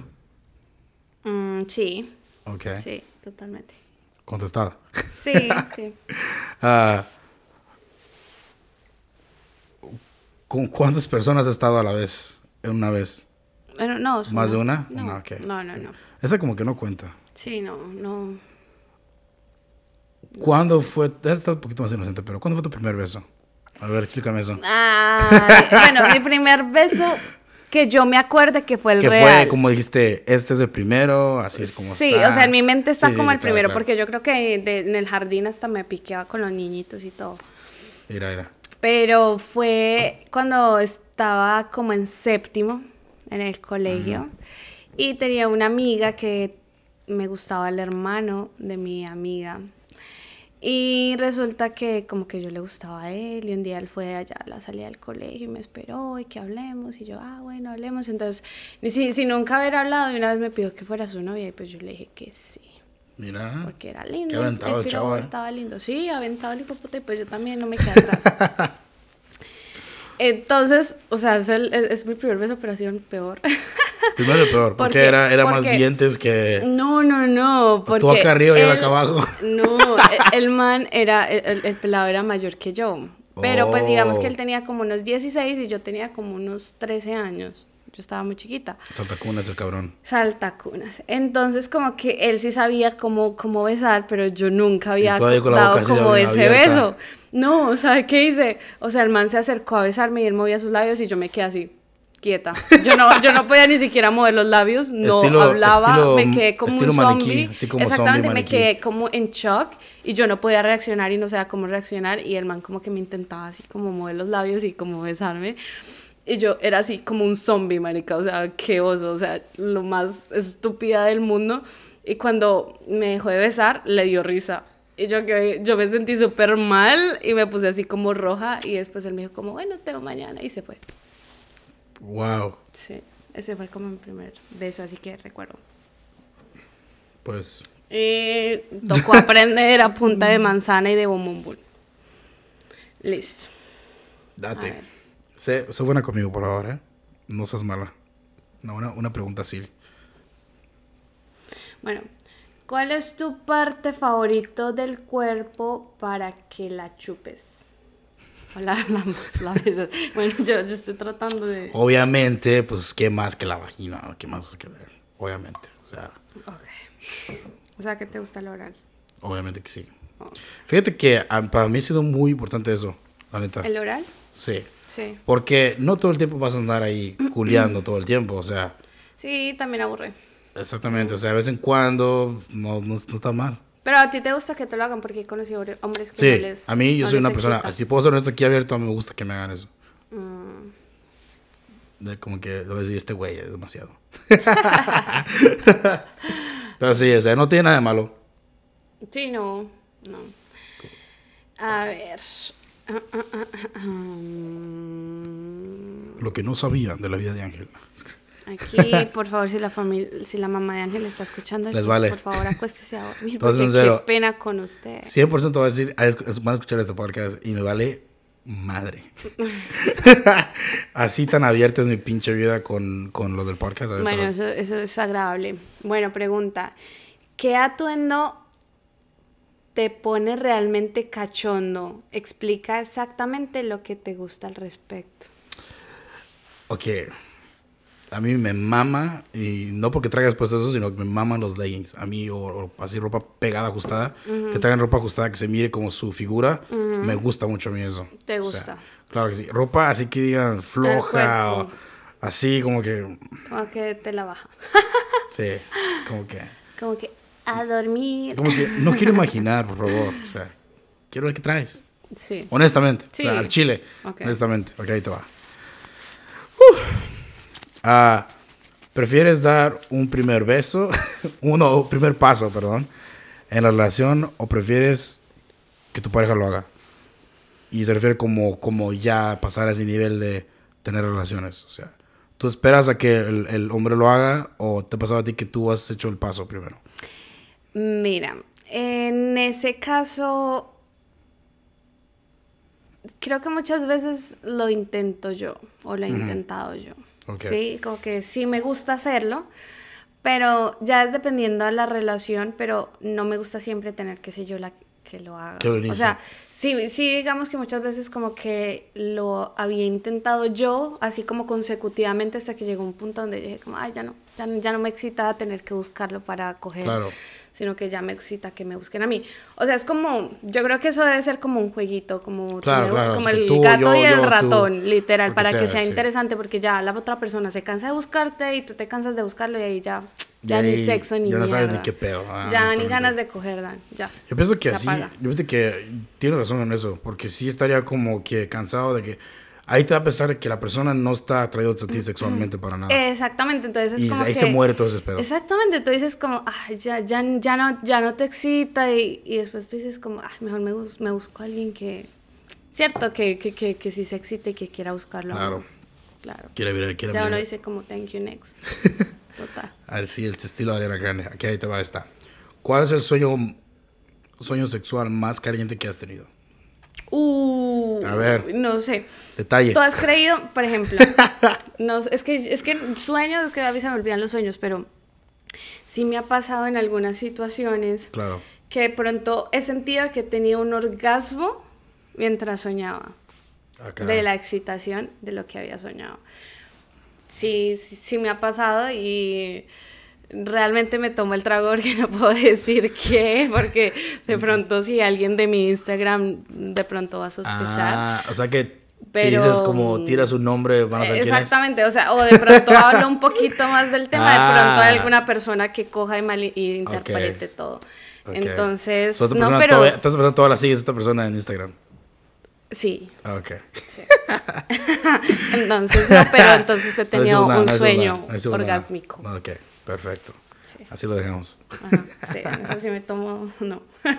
Sí, Ok. sí, totalmente. Contestado. Sí, sí. ¿Con cuántas personas has estado a la vez? En una vez. Bueno, no. ¿Más de una? No, No, ok. no. Esa como que no cuenta. Sí, no. ¿Cuándo fue? Esta está un poquito más inocente, pero ¿cuándo fue tu primer beso? A ver, explícame eso. Ay, bueno, mi primer beso que yo me acuerde que fue el Que real. fue como dijiste, este es el primero, así es como Sí, está. o sea, en mi mente está Sí, como sí, el claro, primero, claro. porque yo creo que en el jardín hasta me piqueaba con los niñitos y todo. Mira. Pero fue cuando estaba como en séptimo en el colegio y tenía una amiga que me gustaba el hermano de mi amiga. Y resulta que como que yo le gustaba a él y un día él fue allá a la salida del colegio y me esperó y que hablemos y yo, bueno, hablemos. Entonces, si nunca hubiera hablado y una vez me pidió que fuera su novia y pues yo le dije que sí. Mira. Porque era lindo. Qué aventado el chavo. Estaba lindo. Sí, aventado el hipopote y pues yo también no me quedé atrás. Entonces, o sea, es mi primer beso, pero ha sido el peor. Primero el peor, porque era más dientes que... No, porque... Tú acá arriba y él acá abajo. No, el man era... El pelado era mayor que yo. Pero pues digamos que él tenía como unos 16 y yo tenía como unos 13 años. Yo estaba muy chiquita. Saltacunas el cabrón. Saltacunas. Entonces como que él sí sabía cómo besar, pero yo nunca había dado como ese beso. No, o sea, ¿qué hice? O sea, el man se acercó a besarme y él movía sus labios y yo me quedé así, quieta. Yo no podía ni siquiera mover los labios, no hablaba, me quedé como un zombie. Exactamente, me quedé como en shock y yo no podía reaccionar y no sabía cómo reaccionar y el man como que me intentaba así como mover los labios y como besarme. Y yo era así como un zombie, marica, o sea, qué oso, o sea, lo más estúpida del mundo. Y cuando me dejó de besar, le dio risa. Y yo me sentí súper mal y me puse así como roja. Y después él me dijo como, bueno, te veo mañana. Y se fue. Wow. Sí, ese fue como mi primer beso, así que recuerdo. Pues... tocó aprender a punta de manzana y de bombombul. Listo. Date. Sé buena conmigo por ahora, ¿eh? No seas mala. No, una pregunta así. Bueno, ¿cuál es tu parte favorito del cuerpo para que la chupes? O la besas. Bueno, yo estoy tratando de... Obviamente, pues, ¿qué más que la vagina? ¿Qué más que ver? Obviamente, o sea... Ok. O sea, ¿qué te gusta el oral? Obviamente que sí. Oh. Fíjate que para mí ha sido muy importante eso, la neta. ¿El oral? Sí. Sí. Porque no todo el tiempo vas a andar ahí culeando todo el tiempo, o sea... Sí, también aburre. Exactamente, o sea, de vez en cuando no está mal. Pero a ti te gusta que te lo hagan porque he conocido hombres que sí, no les... a mí yo no soy una excita. persona, si puedo ser honesto aquí abierto, a mí me gusta que me hagan eso. Como que lo voy a decir, este güey es demasiado. Pero sí, o sea, no tiene nada de malo. Sí, no. A ver... Lo que no sabían de la vida de Ángel. Aquí, por favor, si la mamá de Ángel está escuchando esto, vale. por favor, acuéstese a dormir, porque qué pena con usted. 100% va a decir, van a escuchar este podcast y me vale madre. Así tan abierta es mi pinche vida con lo del podcast. Bueno, eso es agradable. Bueno, pregunta, ¿qué atuendo te pone realmente cachondo? Explica exactamente lo que te gusta al respecto. Ok. A mí me mama, y no porque traigas puesto eso, sino que me maman los leggings. A mí, o así ropa pegada, ajustada, que traigan ropa ajustada, que se mire como su figura, me gusta mucho a mí eso. ¿Te gusta? O sea, claro que sí. Ropa así que digan floja, o así como que... Como que te la baja. Sí, es como que... Como que a dormir. Como que no quiero imaginar, por favor. O sea, quiero ver qué traes. Sí. Honestamente. Sí. O sea, al chile. Okay. Honestamente. Ok, ahí te va. ¿Prefieres dar un primer beso, primer paso, perdón, en la relación, o prefieres que tu pareja lo haga? Y se refiere como ya pasar a ese nivel de tener relaciones. O sea, ¿tú esperas a que el hombre lo haga o te ha pasado a ti que tú has hecho el paso primero? Mira, en ese caso, creo que muchas veces lo intento yo o lo he intentado yo. Okay. Sí, como que sí me gusta hacerlo, pero ya es dependiendo de la relación, pero no me gusta siempre tener que ser yo la que lo haga. O sea, sí, digamos que muchas veces como que lo había intentado yo, así como consecutivamente, hasta que llegó un punto donde dije como, ay, ya no me excita tener que buscarlo para coger. Claro. Sino que ya me excita que me busquen a mí. O sea, es como, yo creo que eso debe ser como un jueguito, como, como el gato y el ratón, literal, para que sea interesante, porque ya la otra persona se cansa de buscarte y tú te cansas de buscarlo y ahí ya ni sexo ni mierda. Ya no sabes ni qué pedo. Ya ni ganas de coger, Dan, ya. Yo pienso que así, yo pienso que tienes razón en eso, porque sí estaría como que cansado de que, ahí te va a pensar que la persona no está atraída a ti sexualmente para nada. Exactamente, entonces es Y como ahí que... se muere todo ese pedo. Exactamente, tú dices como, ay, ya no te excita y después tú dices como, ay, mejor me busco a alguien que... Cierto, que sí se excite y que quiera buscarlo. Claro. Claro. Quiere Ya uno dice como, thank you, next. Total. A ver, sí, el estilo de Ariana Grande. Aquí ahí te va esta. ¿Cuál es el sueño sexual más caliente que has tenido? A ver. No sé. Detalle. ¿Tú has creído, por ejemplo? No, es que sueños, es que a veces se me olvidan los sueños, pero sí me ha pasado en algunas situaciones Claro. que de pronto he sentido que he tenido un orgasmo mientras soñaba. Ah, caray. De la excitación de lo que había soñado. Sí me ha pasado y realmente me tomo el trago porque no puedo decir qué, porque de pronto si alguien de mi Instagram de pronto va a sospechar. O sea que Pero, si dices como tiras un nombre, van a saber quién es. exactamente, o sea, o de pronto hablo un poquito más del tema, de pronto hay alguna persona que coja y interprete todo. Okay. Entonces, So, no, pero... Esta persona toda la sigues esta persona en Instagram. Sí. Ok. Sí. Entonces, no, pero entonces he tenido un sueño orgásmico. Ok, perfecto. Sí. Así lo dejamos. Ajá, sí, eso sí me tomo, no.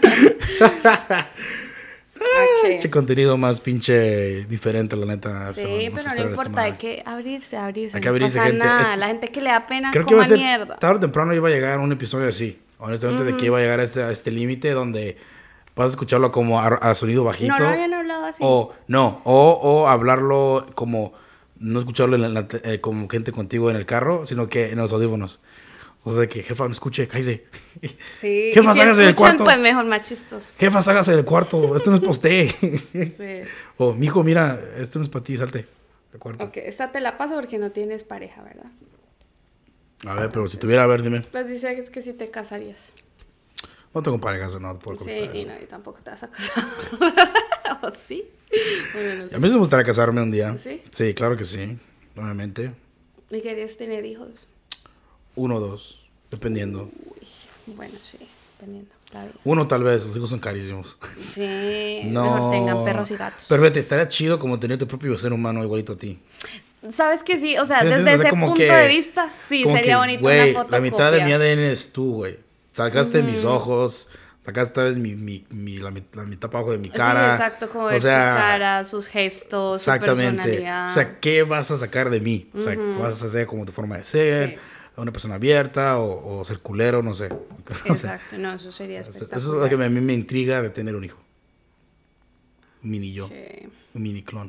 Okay. Che contenido más pinche diferente, la neta. Sí, pero no importa, hay que abrirse. Hay que no abrirse, pasa gente. nada. La gente que le da pena creo que iba a coma ser, mierda. tarde o temprano iba a llegar un episodio así. Honestamente, de que iba a llegar a este límite donde vas a escucharlo como a sonido bajito. No lo habían hablado así. O hablarlo como, no escucharlo como gente contigo en el carro, sino que en los audífonos. O sea, que jefa, no escuche, cállese. Sí, Jefa, y si sáquese del escuchan, cuarto. pues mejor más chistoso. Jefa, ságase del cuarto, esto no es para usted. Sí. O, mijo, mira, esto no es para ti, salte del cuarto. Ok, esta te la paso porque no tienes pareja, ¿verdad? A ver, pero si tuviera, a ver, dime. Pues dice que si te casarías. No tengo pareja, no puedo Sí, contestar y eso. no, y tampoco te vas a casar. ¿O sí? Bueno, no sé. A mí me gustaría casarme un día. ¿Sí? Sí, claro que sí, obviamente. ¿Y querías tener hijos? 1 o 2, dependiendo. Uy, bueno, sí, dependiendo. La vida. 1 tal vez, los hijos son carísimos. Sí, No. mejor tengan perros y gatos. Pero vete, estaría chido como tener tu propio ser humano igualito a ti. ¿Sabes que sí? O sea, ¿Sí desde entiendes? O sea, ese como punto que- de vista, sí, como sería que, bonito güey, una foto. la mitad de mi ADN es tú, güey. Sacaste mis ojos, sacaste la mitad para abajo de mi cara. Sí, exacto, como O ver sea, su cara, sus gestos, su exactamente. personalidad. O sea, ¿qué vas a sacar de mí? O sea, ¿qué vas a hacer como tu forma de ser? Sí. Una persona abierta o ser culero, no sé. O sea, Exacto, no, eso sería eso espectacular. es lo que a mí me intriga de tener un hijo. Un mini yo. Sí. Un mini clon.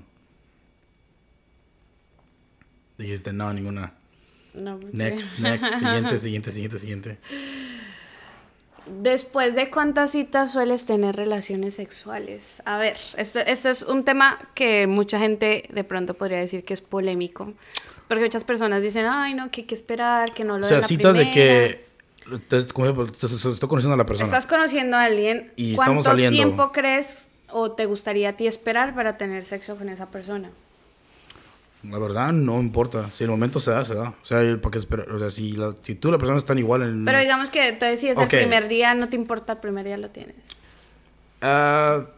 Dijiste, no, ninguna. No, porque- Next, siguiente. Después de cuántas citas sueles tener relaciones sexuales. A ver, esto es un tema que mucha gente de pronto podría decir que es polémico. Porque muchas personas dicen, ay, no, que hay que esperar, que no lo O sea, den la citas de primera. que como ejemplo, estoy conociendo a la persona. Estás conociendo a alguien. Y estamos ¿Cuánto saliendo. tiempo crees o te gustaría a ti esperar para tener sexo con esa persona? La verdad, no importa. Si el momento se da, se da. O sea, ¿para qué esperar? O sea, si tú y la persona están igual en... Pero digamos que entonces si es Ok. el primer día, no te importa, el primer día lo tienes. La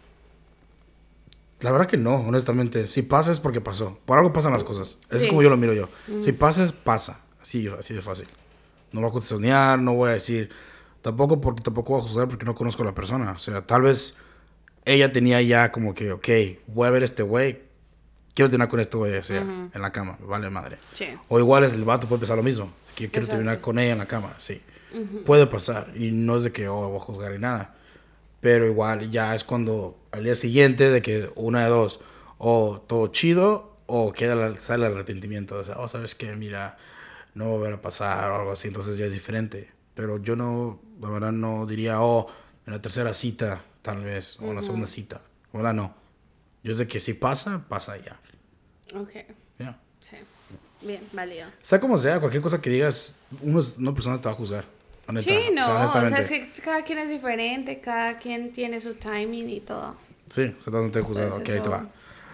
verdad que no, honestamente. Si pasa es porque pasó. Por algo pasan las cosas. Eso Sí. es como yo lo miro yo. Si pasa, pasa. Así de fácil. No voy a cuestionar, no voy a decir... Tampoco voy a juzgar porque no conozco a la persona. O sea, tal vez ella tenía ya como que, ok, voy a ver a este güey. Quiero terminar con este güey, o sea, en la cama. Vale madre. Sí. O igual el vato puede pensar lo mismo. Que yo quiero Exacto. terminar con ella en la cama, sí. Puede pasar. Y no es de que voy a juzgar ni nada. Pero igual ya es cuando al día siguiente de que una de dos, o todo chido, o sale el arrepentimiento. O sea, ¿sabes qué? Mira, no va a volver a pasar o algo así. Entonces ya es diferente. Pero yo no, la verdad no diría, en la tercera cita, tal vez, o en la segunda cita. La verdad no. Yo sé que si pasa, pasa ya. Ok, Ya. sí. Bien, válido. Sea como sea, cualquier cosa que digas, una persona te va a juzgar. La neta. Sí, O no, sea, o sea, honestamente. es que cada quien es diferente, cada quien tiene su timing y todo. Sí, se te va a sentir juzgado. Pues Ok, ahí te eso. va.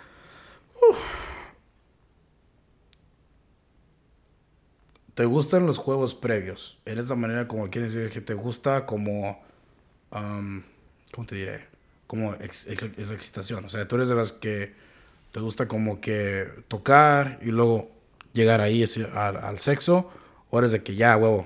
¿Te gustan los juegos previos? En esta manera, como quieres decir que te gusta como... ¿cómo te diré? Como excitación. O sea, tú eres de las que ¿Te gusta como que tocar y luego llegar ahí al sexo? ¿O eres de que ya, huevo?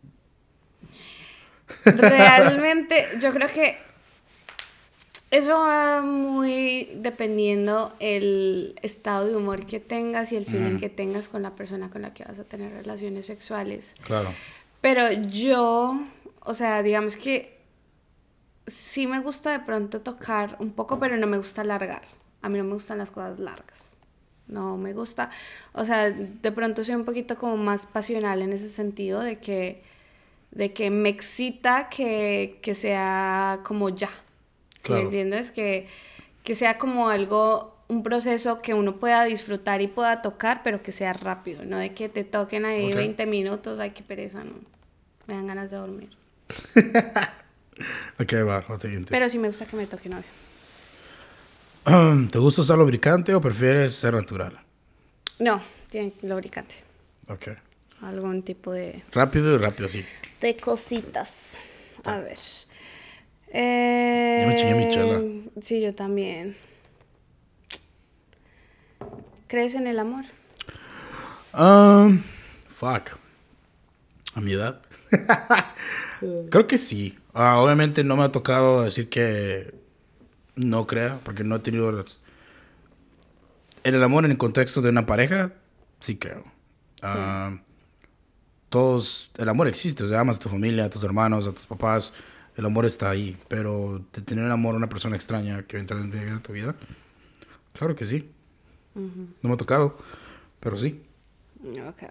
Realmente, yo creo que eso va muy dependiendo el estado de humor que tengas y el feeling que tengas con la persona con la que vas a tener relaciones sexuales. Claro. Pero yo, o sea, digamos que sí me gusta de pronto tocar un poco, pero no me gusta alargar. A mí no me gustan las cosas largas. No me gusta, o sea, de pronto soy un poquito como más pasional en ese sentido de que me excita que sea como ya. ¿Sí Claro. me entiendes? Que sea como algo, un proceso que uno pueda disfrutar y pueda tocar, pero que sea rápido, no de que te toquen ahí 20 minutos, ay, qué pereza, no. Me dan ganas de dormir. Ok, va, lo siguiente. Pero sí me gusta que me toquen, obvio. ¿Te gusta usar lubricante o prefieres ser natural? No, tiene lubricante. Ok. Algún tipo de... Rápido y rápido, sí. De cositas. A ver. Ya me chingué mi chela. Sí, yo también. ¿Crees en el amor? Fuck. ¿A mi edad? Creo que sí. Obviamente no me ha tocado decir que no crea, porque no he tenido... En el amor, en el contexto de una pareja, sí creo. Sí. El amor existe, o sea, amas a tu familia, a tus hermanos, a tus papás, el amor está ahí, pero de tener el amor a una persona extraña que entra en tu vida, claro que sí. No me ha tocado, pero sí. Ok.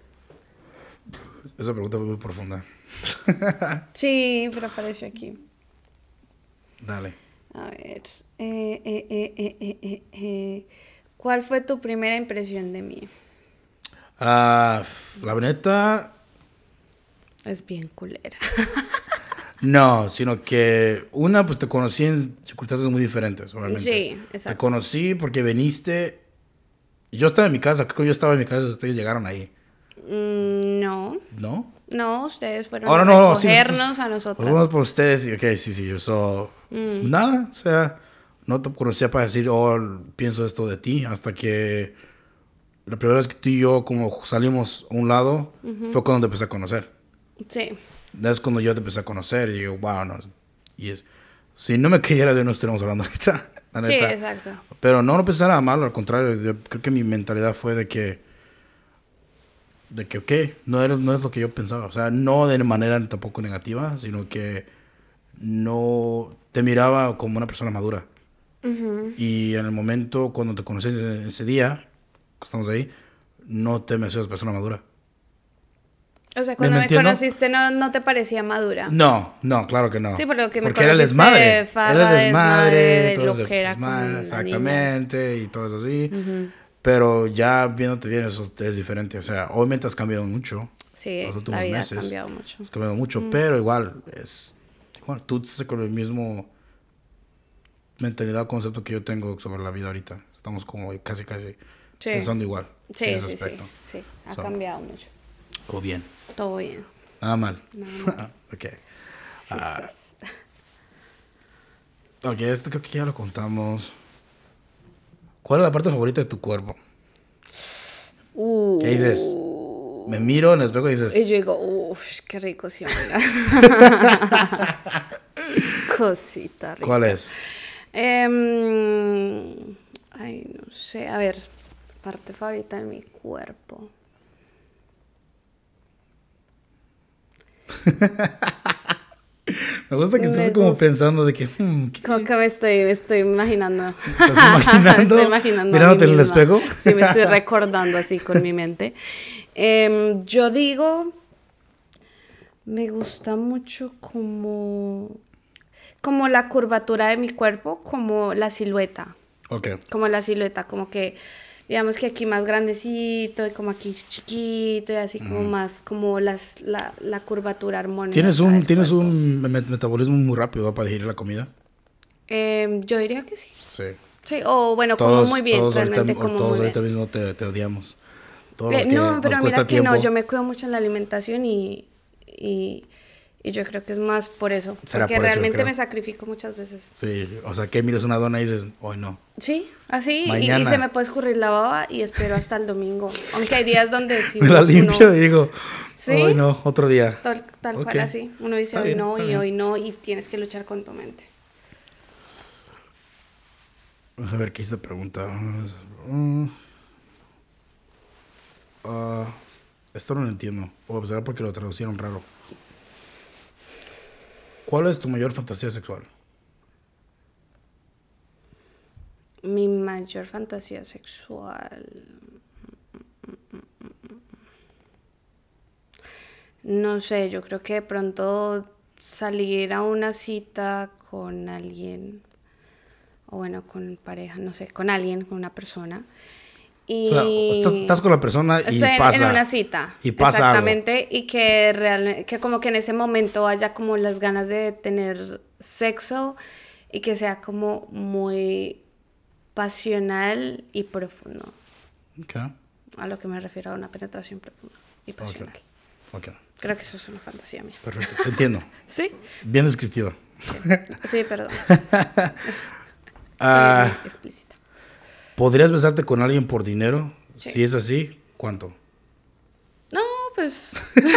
Esa pregunta fue muy profunda. Sí, pero apareció aquí. Dale. A ver. ¿Cuál fue tu primera impresión de mí? La neta, Es bien culera. no, sino que pues te conocí en circunstancias muy diferentes, obviamente. Sí, Te exacto. conocí porque viniste. Yo estaba en mi casa, creo que yo estaba en mi casa, ustedes llegaron ahí. No. ¿No? No, ustedes fueron Ahora a no, sí, recogernos a nosotros. Vamos por ustedes. Ok, sí, yo soy... Nada, o sea, no te conocía para decir, pienso esto de ti, hasta que la primera vez que tú y yo como salimos a un lado, fue cuando te empecé a conocer. Sí. Es cuando yo te empecé a conocer y digo, wow, no. Si no me querías, no estuviéramos hablando ahorita, la Sí, neta. exacto. Pero no pensé nada malo, al contrario, yo creo que mi mentalidad fue de que, ok, no es lo que yo pensaba. O sea, no de manera tampoco negativa, sino que no te miraba como una persona madura. Y en el momento cuando te conocí ese día, que estamos ahí, no te me hacías persona madura. O sea, cuando me entiendo? conociste no te parecía madura. No, claro que no. Sí, por lo que me porque era el conociste desmadre. farra, Era el desmadre, desmadre, todo ese loquera desmadre, con la exactamente, y todo eso así. Pero ya viéndote bien, eso es diferente. O sea, obviamente has cambiado mucho. Sí, Los últimos la vida meses. ha cambiado mucho. Has cambiado mucho, pero igual, tú estás con el mismo mentalidad o concepto que yo tengo sobre la vida ahorita. Estamos como casi Sí. pensando igual. Sí, en ese sí, aspecto. sí. Ha cambiado mucho. Todo bien. Todo bien. Nada mal. Nada mal. Ok. Sí, sí. Ok, esto creo que ya lo contamos. ¿Cuál es la parte favorita de tu cuerpo? ¿Qué dices? Me miro en el espejo y dices... Y yo digo, uff, qué rico se habla. Cosita rica. ¿Cuál es? Ay, no sé. A ver, parte favorita de mi cuerpo. Me gusta que estés como pensando de que... Como que me estoy imaginando. ¿Estás imaginando? Me estoy imaginando ¿Mirándote a mí en el misma. espejo? Sí, me estoy recordando así con mi mente. Yo digo, me gusta mucho como la curvatura de mi cuerpo, como la silueta. Ok. Como la silueta, como que, digamos que aquí más grandecito y como aquí chiquito y así como más, como la curvatura armónica. ¿Tienes del un metabolismo muy rápido para digerir la comida? yo diría que sí. Sí. Sí, o bueno, como muy bien, todos realmente ahorita, como todos muy ahorita bien. mismo te odiamos. Todos los que No, nos pero cuesta mira que tiempo. no, yo me cuido mucho en la alimentación y Y yo creo que es más por eso. ¿Será Porque por eso, realmente creo? me sacrifico muchas veces. Sí, o sea, que miras una dona y dices, hoy no. Sí, así. Y Mañana. se me puede escurrir la baba y espero hasta el domingo. Aunque hay días donde sí. Me la limpio y digo, ¿Sí? hoy no, otro día. Tal Ok. cual así. Uno dice Está hoy bien, no está y bien. hoy no y tienes que luchar con tu mente. A ver, ¿qué hice pregunta? Esto no lo entiendo. O será porque lo traducieron raro. ¿Cuál es tu mayor fantasía sexual? Mi mayor fantasía sexual. No sé, yo creo que de pronto salir a una cita con alguien, o bueno, con pareja, no sé, con alguien, con una persona. Y O sea, estás con la persona y estoy pasa. en una cita. Y pasa algo. Exactamente. Y que como que en ese momento haya como las ganas de tener sexo y que sea como muy pasional y profundo. Ok, A lo que me refiero a una penetración profunda y pasional. ok. Creo que eso es una fantasía mía. Perfecto, te entiendo. ¿Sí? Bien descriptiva. Sí, perdón. Ah, Soy muy explícita. ¿Podrías besarte con alguien por dinero? Sí. Si es así, ¿cuánto? No, pues...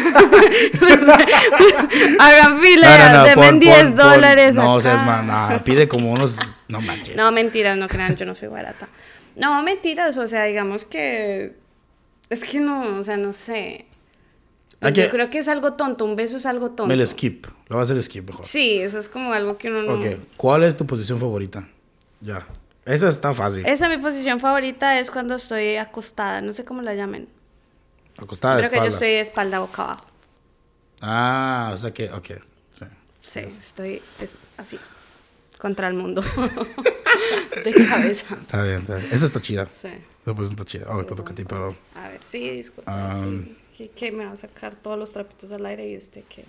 hagan fila, deben $10. No, acá. seas más, no, pide como unos, no manches. No, mentiras, no crean, yo no soy barata. No, mentiras, o sea, digamos que... Es que no, o sea, no sé. Pues yo creo que es algo tonto, un beso es algo tonto. Me el skip, lo voy a hacer skip mejor. Sí, eso es como algo que uno no... Ok, ¿cuál es tu posición favorita? Ya, esa está fácil. Esa mi posición favorita es cuando estoy acostada, no sé cómo la llamen. Acostada de Creo que yo espalda. estoy de espalda boca abajo. Ah, o sea que, ok, sí. Sí, estoy así, contra el mundo, de cabeza. Está bien, está bien. Esa está chida. Sí. Esa posición está chida. Oh, te toca a ti, perdón. A ver, sí, disculpa. Sí. ¿Qué me va a sacar todos los trapitos al aire y usted qué?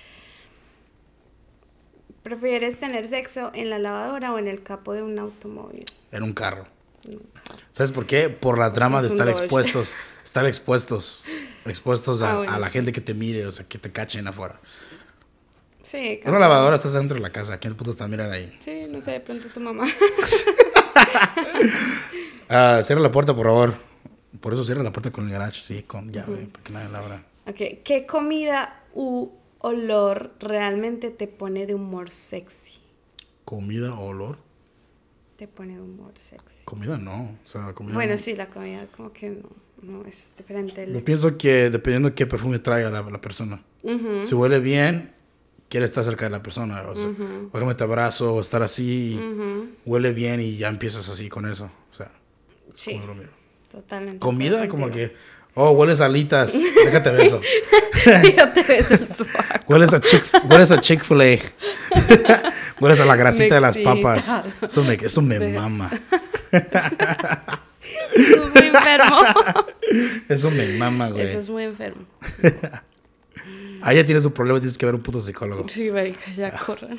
¿Prefieres tener sexo en la lavadora o en el capó de un automóvil? En un carro. ¿Sabes por qué? Por la trama Es de un estar Dodge. expuestos Bueno, a la sí. gente que te mire, o sea, que te cachen afuera. Sí, En una lavadora estás dentro de la casa, ¿quién putos te miran ahí? Sí, no sé, de pronto tu mamá. Cierra la puerta, por favor. Por eso cierra la puerta con el garage, sí, con llave, para que nadie la abra. Ok, ¿qué comida u olor realmente te pone de humor sexy? ¿Comida o olor? Te pone de humor sexy. Comida no, o sea, comida Bueno, no. sí, la comida como que no es diferente. Yo pienso que dependiendo de qué perfume traiga la persona. Si huele bien, quiere estar cerca de la persona. O sea, por ejemplo, te abrazo o estar así, huele bien y ya empiezas así con eso. O sea, Sí, como lo miro. totalmente. Comida, de como acuerdo que, oh, hueles a alitas, déjate beso. contigo. Yo te beso el suave. Hueles a Chick-fil-A. Hueles a la grasita de las Me papas. excita. Eso me mama. Eso es muy enfermo. Eso me mama, güey. Eso es muy enfermo. Ahí ya tienes un problema, tienes que ver un puto psicólogo. Sí, marica, ya corran.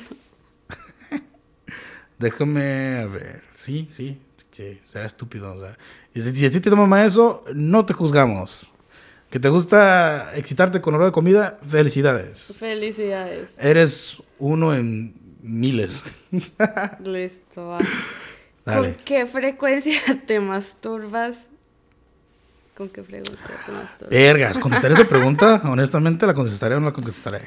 Déjame a ver. Sí, será estúpido. O sea, y si a ti te mama eso, no te juzgamos. Que te gusta excitarte con olor de comida, felicidades. Felicidades. Eres uno en miles. Listo, va. Dale. ¿Con qué frecuencia te masturbas? ¿Con qué frecuencia te masturbas? Vergas, ¿contestaré esa pregunta? Honestamente, ¿la contestaré o no la contestaré?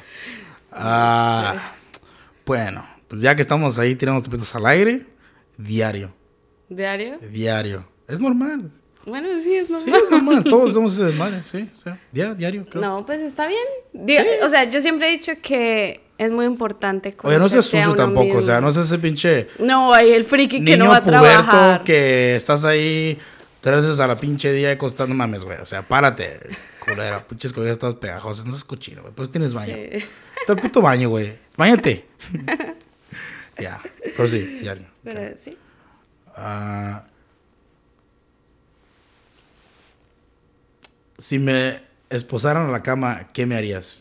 Bueno, pues ya que estamos ahí tirando los tapetes al aire, diario. ¿Diario? Es normal. Bueno, sí, es Sí, normal. es normal. Todos somos ese desmadre, sí. Diario, creo. No, pues está bien. O sea, yo siempre he dicho que es muy importante Oye, no seas conocerse a sucio uno tampoco, mismo. o sea, no seas ese pinche No, hay el friki que niño no va a puberto trabajar. que estás ahí 3 veces a la pinche día y costando mames, güey. O sea, párate, culera. Pinches cosas estás pegajosas, no seas cochino, güey. Pues tienes baño. Sí. Está el puto baño, güey. Báñate. Ya, pero sí, diario. Pero Ok. sí. Si me esposaran a la cama, ¿qué me harías?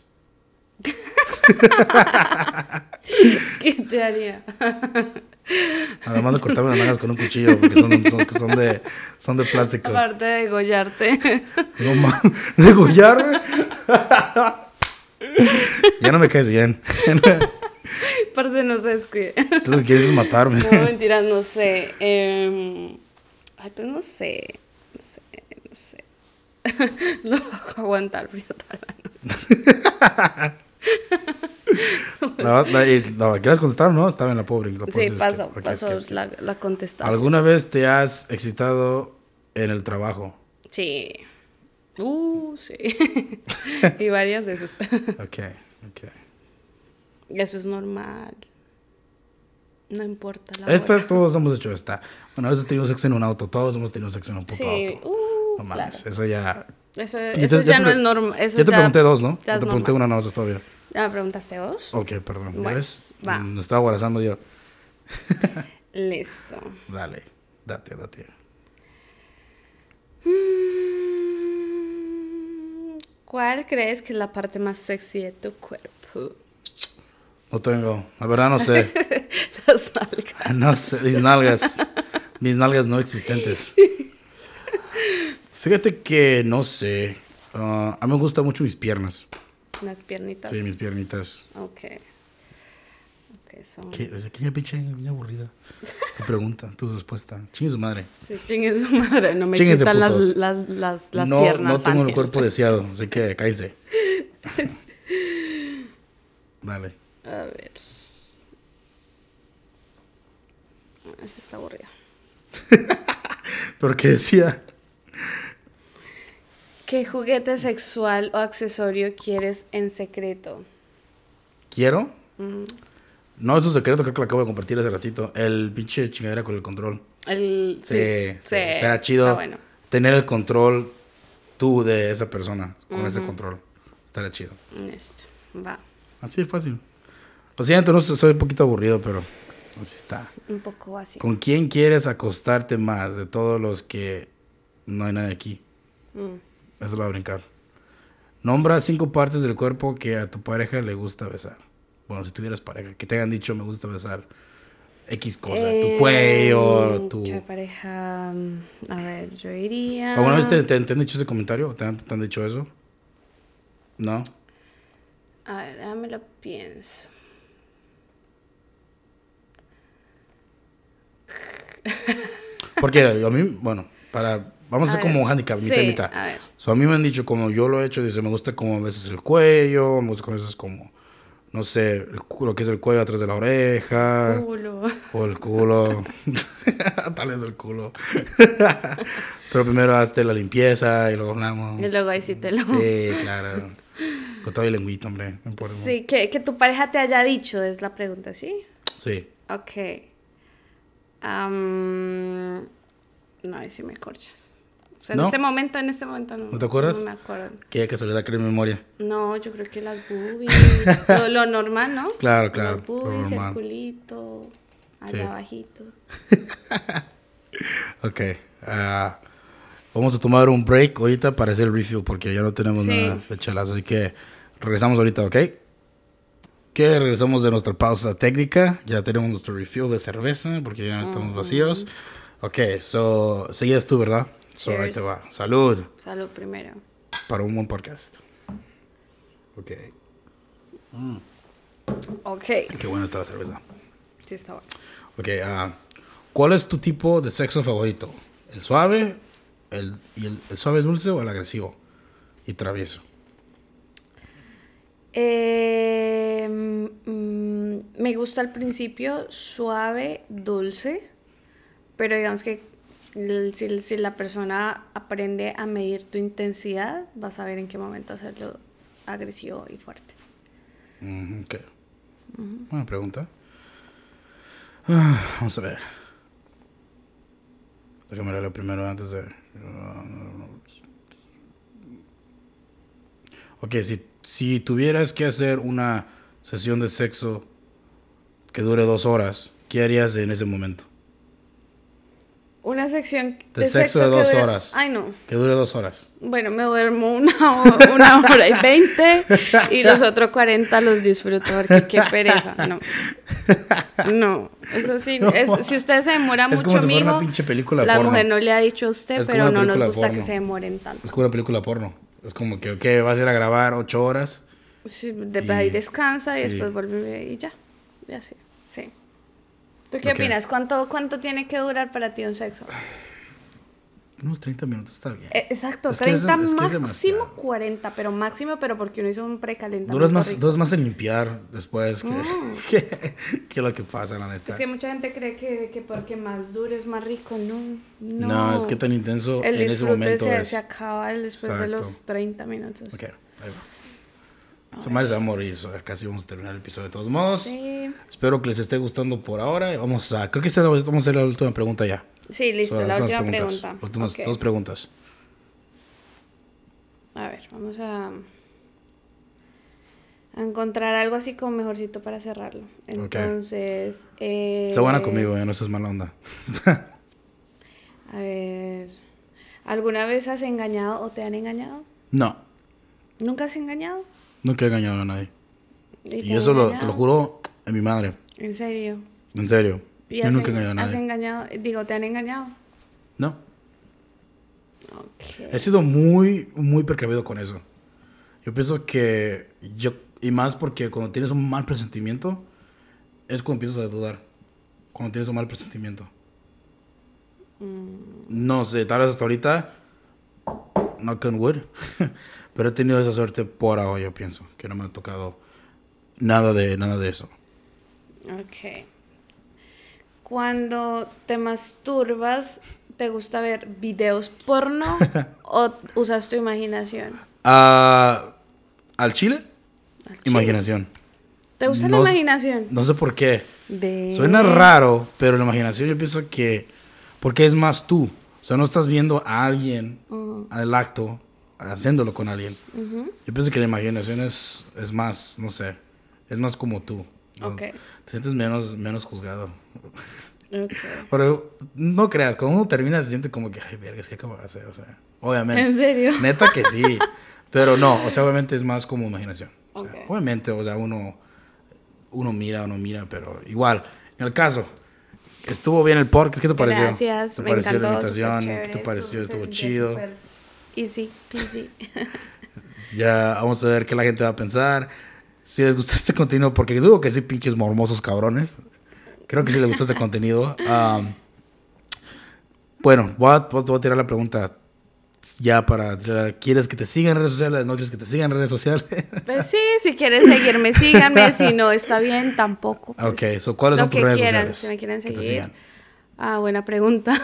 ¿Qué te haría? Además de cortarme las nalgas con un cuchillo, porque son de plástico. Aparte de degollarte. No mames, ¿degollarme? Ya no me caes bien. Parce, no se descuide. Tú lo que quieres es matarme. No, mentiras, no sé. Ay, pues no sé. No sé. No bajo a aguantar frío toda la noche. ¿Quieres contestar o no? Estaba en la pobre. Sí, pasó la contestación. ¿Alguna vez te has excitado en el trabajo? Sí. Sí. Y varias veces. Ok. Eso es normal. No importa la hora. Todos hemos hecho esta. Bueno, a veces tenido sexo en un auto. Todos hemos tenido sexo en un puto Sí. auto. No mames, Claro. eso ya... Eso ya no es normal. Ya te pregunté dos, ¿no? Ya Ya es te pregunté normal. una, no, todavía. ¿Me preguntaste vos? Ok, perdón. ¿Ya Bueno, ves? va. Me estaba guarazando yo. Listo. Dale, date. ¿Cuál crees que es la parte más sexy de tu cuerpo? No tengo. La verdad no sé. Las nalgas. No sé, mis nalgas no existentes. Fíjate que no sé. A mí me gustan mucho mis piernas. Las piernitas. Sí, mis piernitas. Ok, son... ¿Qué? ¿Qué pinche bien aburrida? Tu pregunta, tu respuesta. Chingue su madre. Sí, chingue su madre. No me Chíguense, quitan putos. las No, piernas. no tengo el Ángel. cuerpo deseado, así que cállese. Dale. A ver. Eso está aburrido. Pero que decía... ¿Qué juguete sexual o accesorio quieres en secreto? ¿Quiero? No, es un secreto, creo que lo acabo de compartir hace ratito. El pinche chingadera con el control. Sí, Estará chido está bueno. tener el control tú de esa persona con ese control. Estará chido. Listo, va. Así es fácil. Lo siento, no soy un poquito aburrido, pero así está. Un poco básico. ¿Con quién quieres acostarte más de todos los que no hay nadie aquí? Eso lo va a brincar. Nombra 5 partes del cuerpo que a tu pareja le gusta besar. Bueno, si tuvieras pareja, que te hayan dicho me gusta besar X cosa, tu cuello, tu... ¿Qué pareja? A ver, yo iría... ¿Alguna vez te han dicho ese comentario? ¿Te han dicho eso? ¿No? A ver, déjame lo pienso. Porque a mí, bueno, vamos a hacer como un handicap, mitad y mitad. A ver. A mí me han dicho, como yo lo he hecho, dice, me gusta como a veces el cuello, me gusta como a veces como, no sé, lo que es el cuello atrás de la oreja. Culo. O el culo. Tal vez el culo. Pero primero hazte la limpieza y luego hablamos. Y luego ahí sí te lo... Sí, claro. Con todo el lengüito, hombre. No importa. Sí, que tu pareja te haya dicho, es la pregunta, ¿sí? Sí. Ok. No, ahí sí me corchas. O sea, ¿No? en este momento no. ¿No te acuerdas? No me acuerdo. Qué casualidad que en memoria. No, yo creo que las boobies, lo normal, ¿no? Claro. Los boobies, lo normal. el culito, allá Sí. abajito. Ok. Vamos a tomar un break ahorita para hacer el review porque ya no tenemos nada de chelas. Así que regresamos ahorita, ¿ok? Que regresamos de nuestra pausa técnica. Ya tenemos nuestro refill de cerveza porque ya estamos vacíos. Ok, seguías tú, ¿verdad? Ahí te va. Salud. Salud primero. Para un buen podcast. Ok. Ok. Qué buena está la cerveza. Sí, está bueno. Ok, ¿cuál es tu tipo de sexo favorito? ¿El suave? ¿El suave dulce o el agresivo? Y travieso. Me gusta al principio suave, dulce, pero digamos que si la persona aprende a medir tu intensidad, vas a ver en qué momento hacerlo agresivo y fuerte. Ok. Buena pregunta. Vamos a ver. Déjame leerlo primero antes de... Ok, si tuvieras que hacer una sesión de sexo que dure 2 horas, ¿qué harías en ese momento? Una sección De sexo de 2 horas. Ay, no. Que dure 2 horas. Bueno, me duermo una hora y 20 y los otros 40 los disfruto porque qué pereza. No, eso sí. Si usted se demora Es mucho, como si fuera una amigo, pinche película la porno. mujer no le ha dicho a usted, Es como pero una no nos película gusta porno. que se demoren tanto. Es como una película porno. Es como que, ok, vas a ir a grabar 8 horas Sí, ahí descansa y después vuelve y ya. Ya sí. ¿Tú qué opinas? ¿Cuánto tiene que durar para ti un sexo? Unos 30 minutos está bien. Exacto, 30 máximo 40, pero máximo, pero porque uno hizo un precalentamiento. Duras más en limpiar después que lo que pasa, la neta. Es que mucha gente cree que porque más dure es más rico. No, es que tan intenso el en ese momento se acaba después de los 30 minutos. Ok, ahí va. Madre se va a morir, casi vamos a terminar el episodio de todos modos. Sí. Espero que les esté gustando por ahora. Creo que vamos a hacer la última pregunta ya. Sí, listo, la última pregunta. Últimas 2 preguntas. A ver, vamos a encontrar algo así como mejorcito para cerrarlo. Entonces, Está buena conmigo, no seas mala onda. A ver, ¿alguna vez has engañado o te han engañado? No. ¿Nunca has engañado? Nunca he engañado a nadie. Y eso te lo juro a mi madre. ¿En serio? En serio. Yo nunca he engañado a nadie. ¿Has engañado? ¿Te han engañado? No. Okay. He sido muy, muy precavido con eso. Yo pienso que y más porque cuando tienes un mal presentimiento, es cuando empiezas a dudar. Cuando tienes un mal presentimiento. No sé, tal vez hasta ahorita, knock on wood, pero he tenido esa suerte por ahora, yo pienso, que no me ha tocado nada de eso. Ok. Cuando te masturbas, ¿te gusta ver videos porno o usas tu imaginación? ¿Al chile? Imaginación. ¿Te gusta la imaginación? No sé por qué. Suena raro, pero la imaginación yo pienso que... Porque es más tú. O sea, no estás viendo a alguien al acto, haciéndolo con alguien. Yo pienso que la imaginación es más, no sé, es más como tú. Okay. Te sientes menos juzgado. Okay. Pero no creas, cuando uno termina se siente como que, ay, verga, ¿qué acabo de hacer? O sea, obviamente. ¿En serio? Neta que sí. Pero no, o sea, obviamente es más como imaginación. O sea, okay. Obviamente, o sea, uno mira o no mira, pero igual. En el caso, estuvo bien el podcast, ¿qué te pareció? Gracias, ¿Te me pareció encantó, la invitación? chévere, ¿Qué te pareció? Estuvo chido. Easy, peasy. Ya vamos a ver qué la gente va a pensar. Si les gustó este contenido, porque dudo que sí, pinches mormosos cabrones. Creo que sí les gustó este contenido. Bueno, voy a tirar la pregunta ya para... ¿Quieres que te sigan en redes sociales? ¿No quieres que te sigan en redes sociales? Pues sí, si quieres seguirme, síganme. Si no, está bien, tampoco. Pues, ok, ¿cuáles son tus redes sociales? Si me quieren seguir. seguir. Buena pregunta.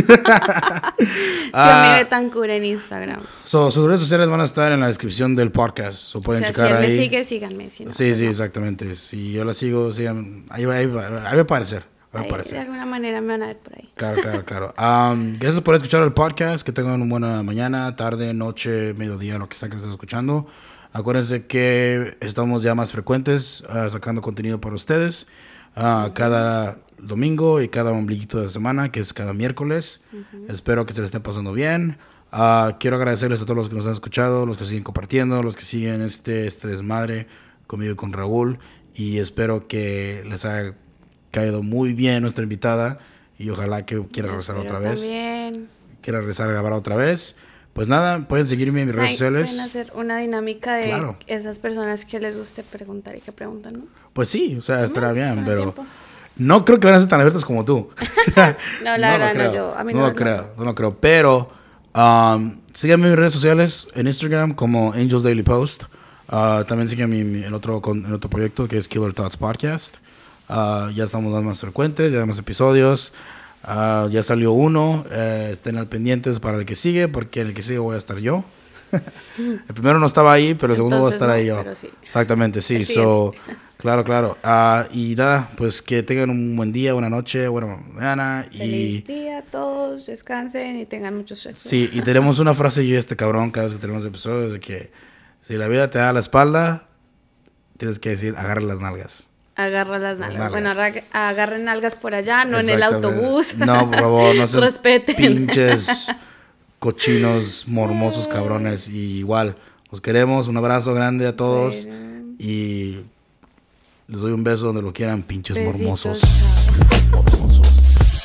Xiomí Betancourt en Instagram. Sus redes sociales van a estar en la descripción del podcast. Pueden checar si él ahí. me sigue, síganme. Si no, sí, pues sí, no. exactamente. Si yo la sigo, sigan. Ahí va a aparecer. De alguna manera me van a ver por ahí. Claro. Gracias por escuchar el podcast. Que tengan una buena mañana, tarde, noche, mediodía, lo que sea que estén escuchando. Acuérdense que estamos ya más frecuentes sacando contenido para ustedes. Cada domingo y cada ombliguito de semana, que es cada miércoles. Espero que se les esté pasando bien. Quiero agradecerles a todos los que nos han escuchado, los que siguen compartiendo, los que siguen este desmadre conmigo y con Raúl. Y espero que les haya caído muy bien nuestra invitada. Y ojalá que quiera regresar otra vez. También. Quiera regresar a grabar otra vez. Pues nada, pueden seguirme en mis redes sociales. Pueden hacer una dinámica de esas personas que les guste preguntar y que preguntan, ¿no? Pues sí, o sea, estará bien, pero no creo que van a ser tan abiertos como tú. No, la verdad, no, yo. A mí no lo creo. Pero síganme en mis redes sociales, en Instagram como Angels Daily Post. También síganme en otro proyecto que es Killer Thoughts Podcast. Ya estamos más frecuentes, ya hay más episodios. Ya salió uno, estén al pendientes para el que sigue, porque en el que sigue voy a estar yo. El primero no estaba ahí, pero el segundo voy a estar ahí yo. Sí. Exactamente, sí. Claro. Y nada, pues que tengan un buen día, buena noche, buena mañana. Feliz día a todos, descansen y tengan mucho sexo. Sí, y tenemos una frase yo y este cabrón cada vez que tenemos episodios de que si la vida te da la espalda, tienes que decir agarra las nalgas. Agarra las nalgas. Bueno, agarren nalgas por allá, no en el autobús. No, por favor, no sean respeten. Pinches cochinos, mormosos, cabrones. Y igual, los queremos. Un abrazo grande a todos. Y les doy un beso donde lo quieran, pinches besitos, mormosos. chao. Mormosos.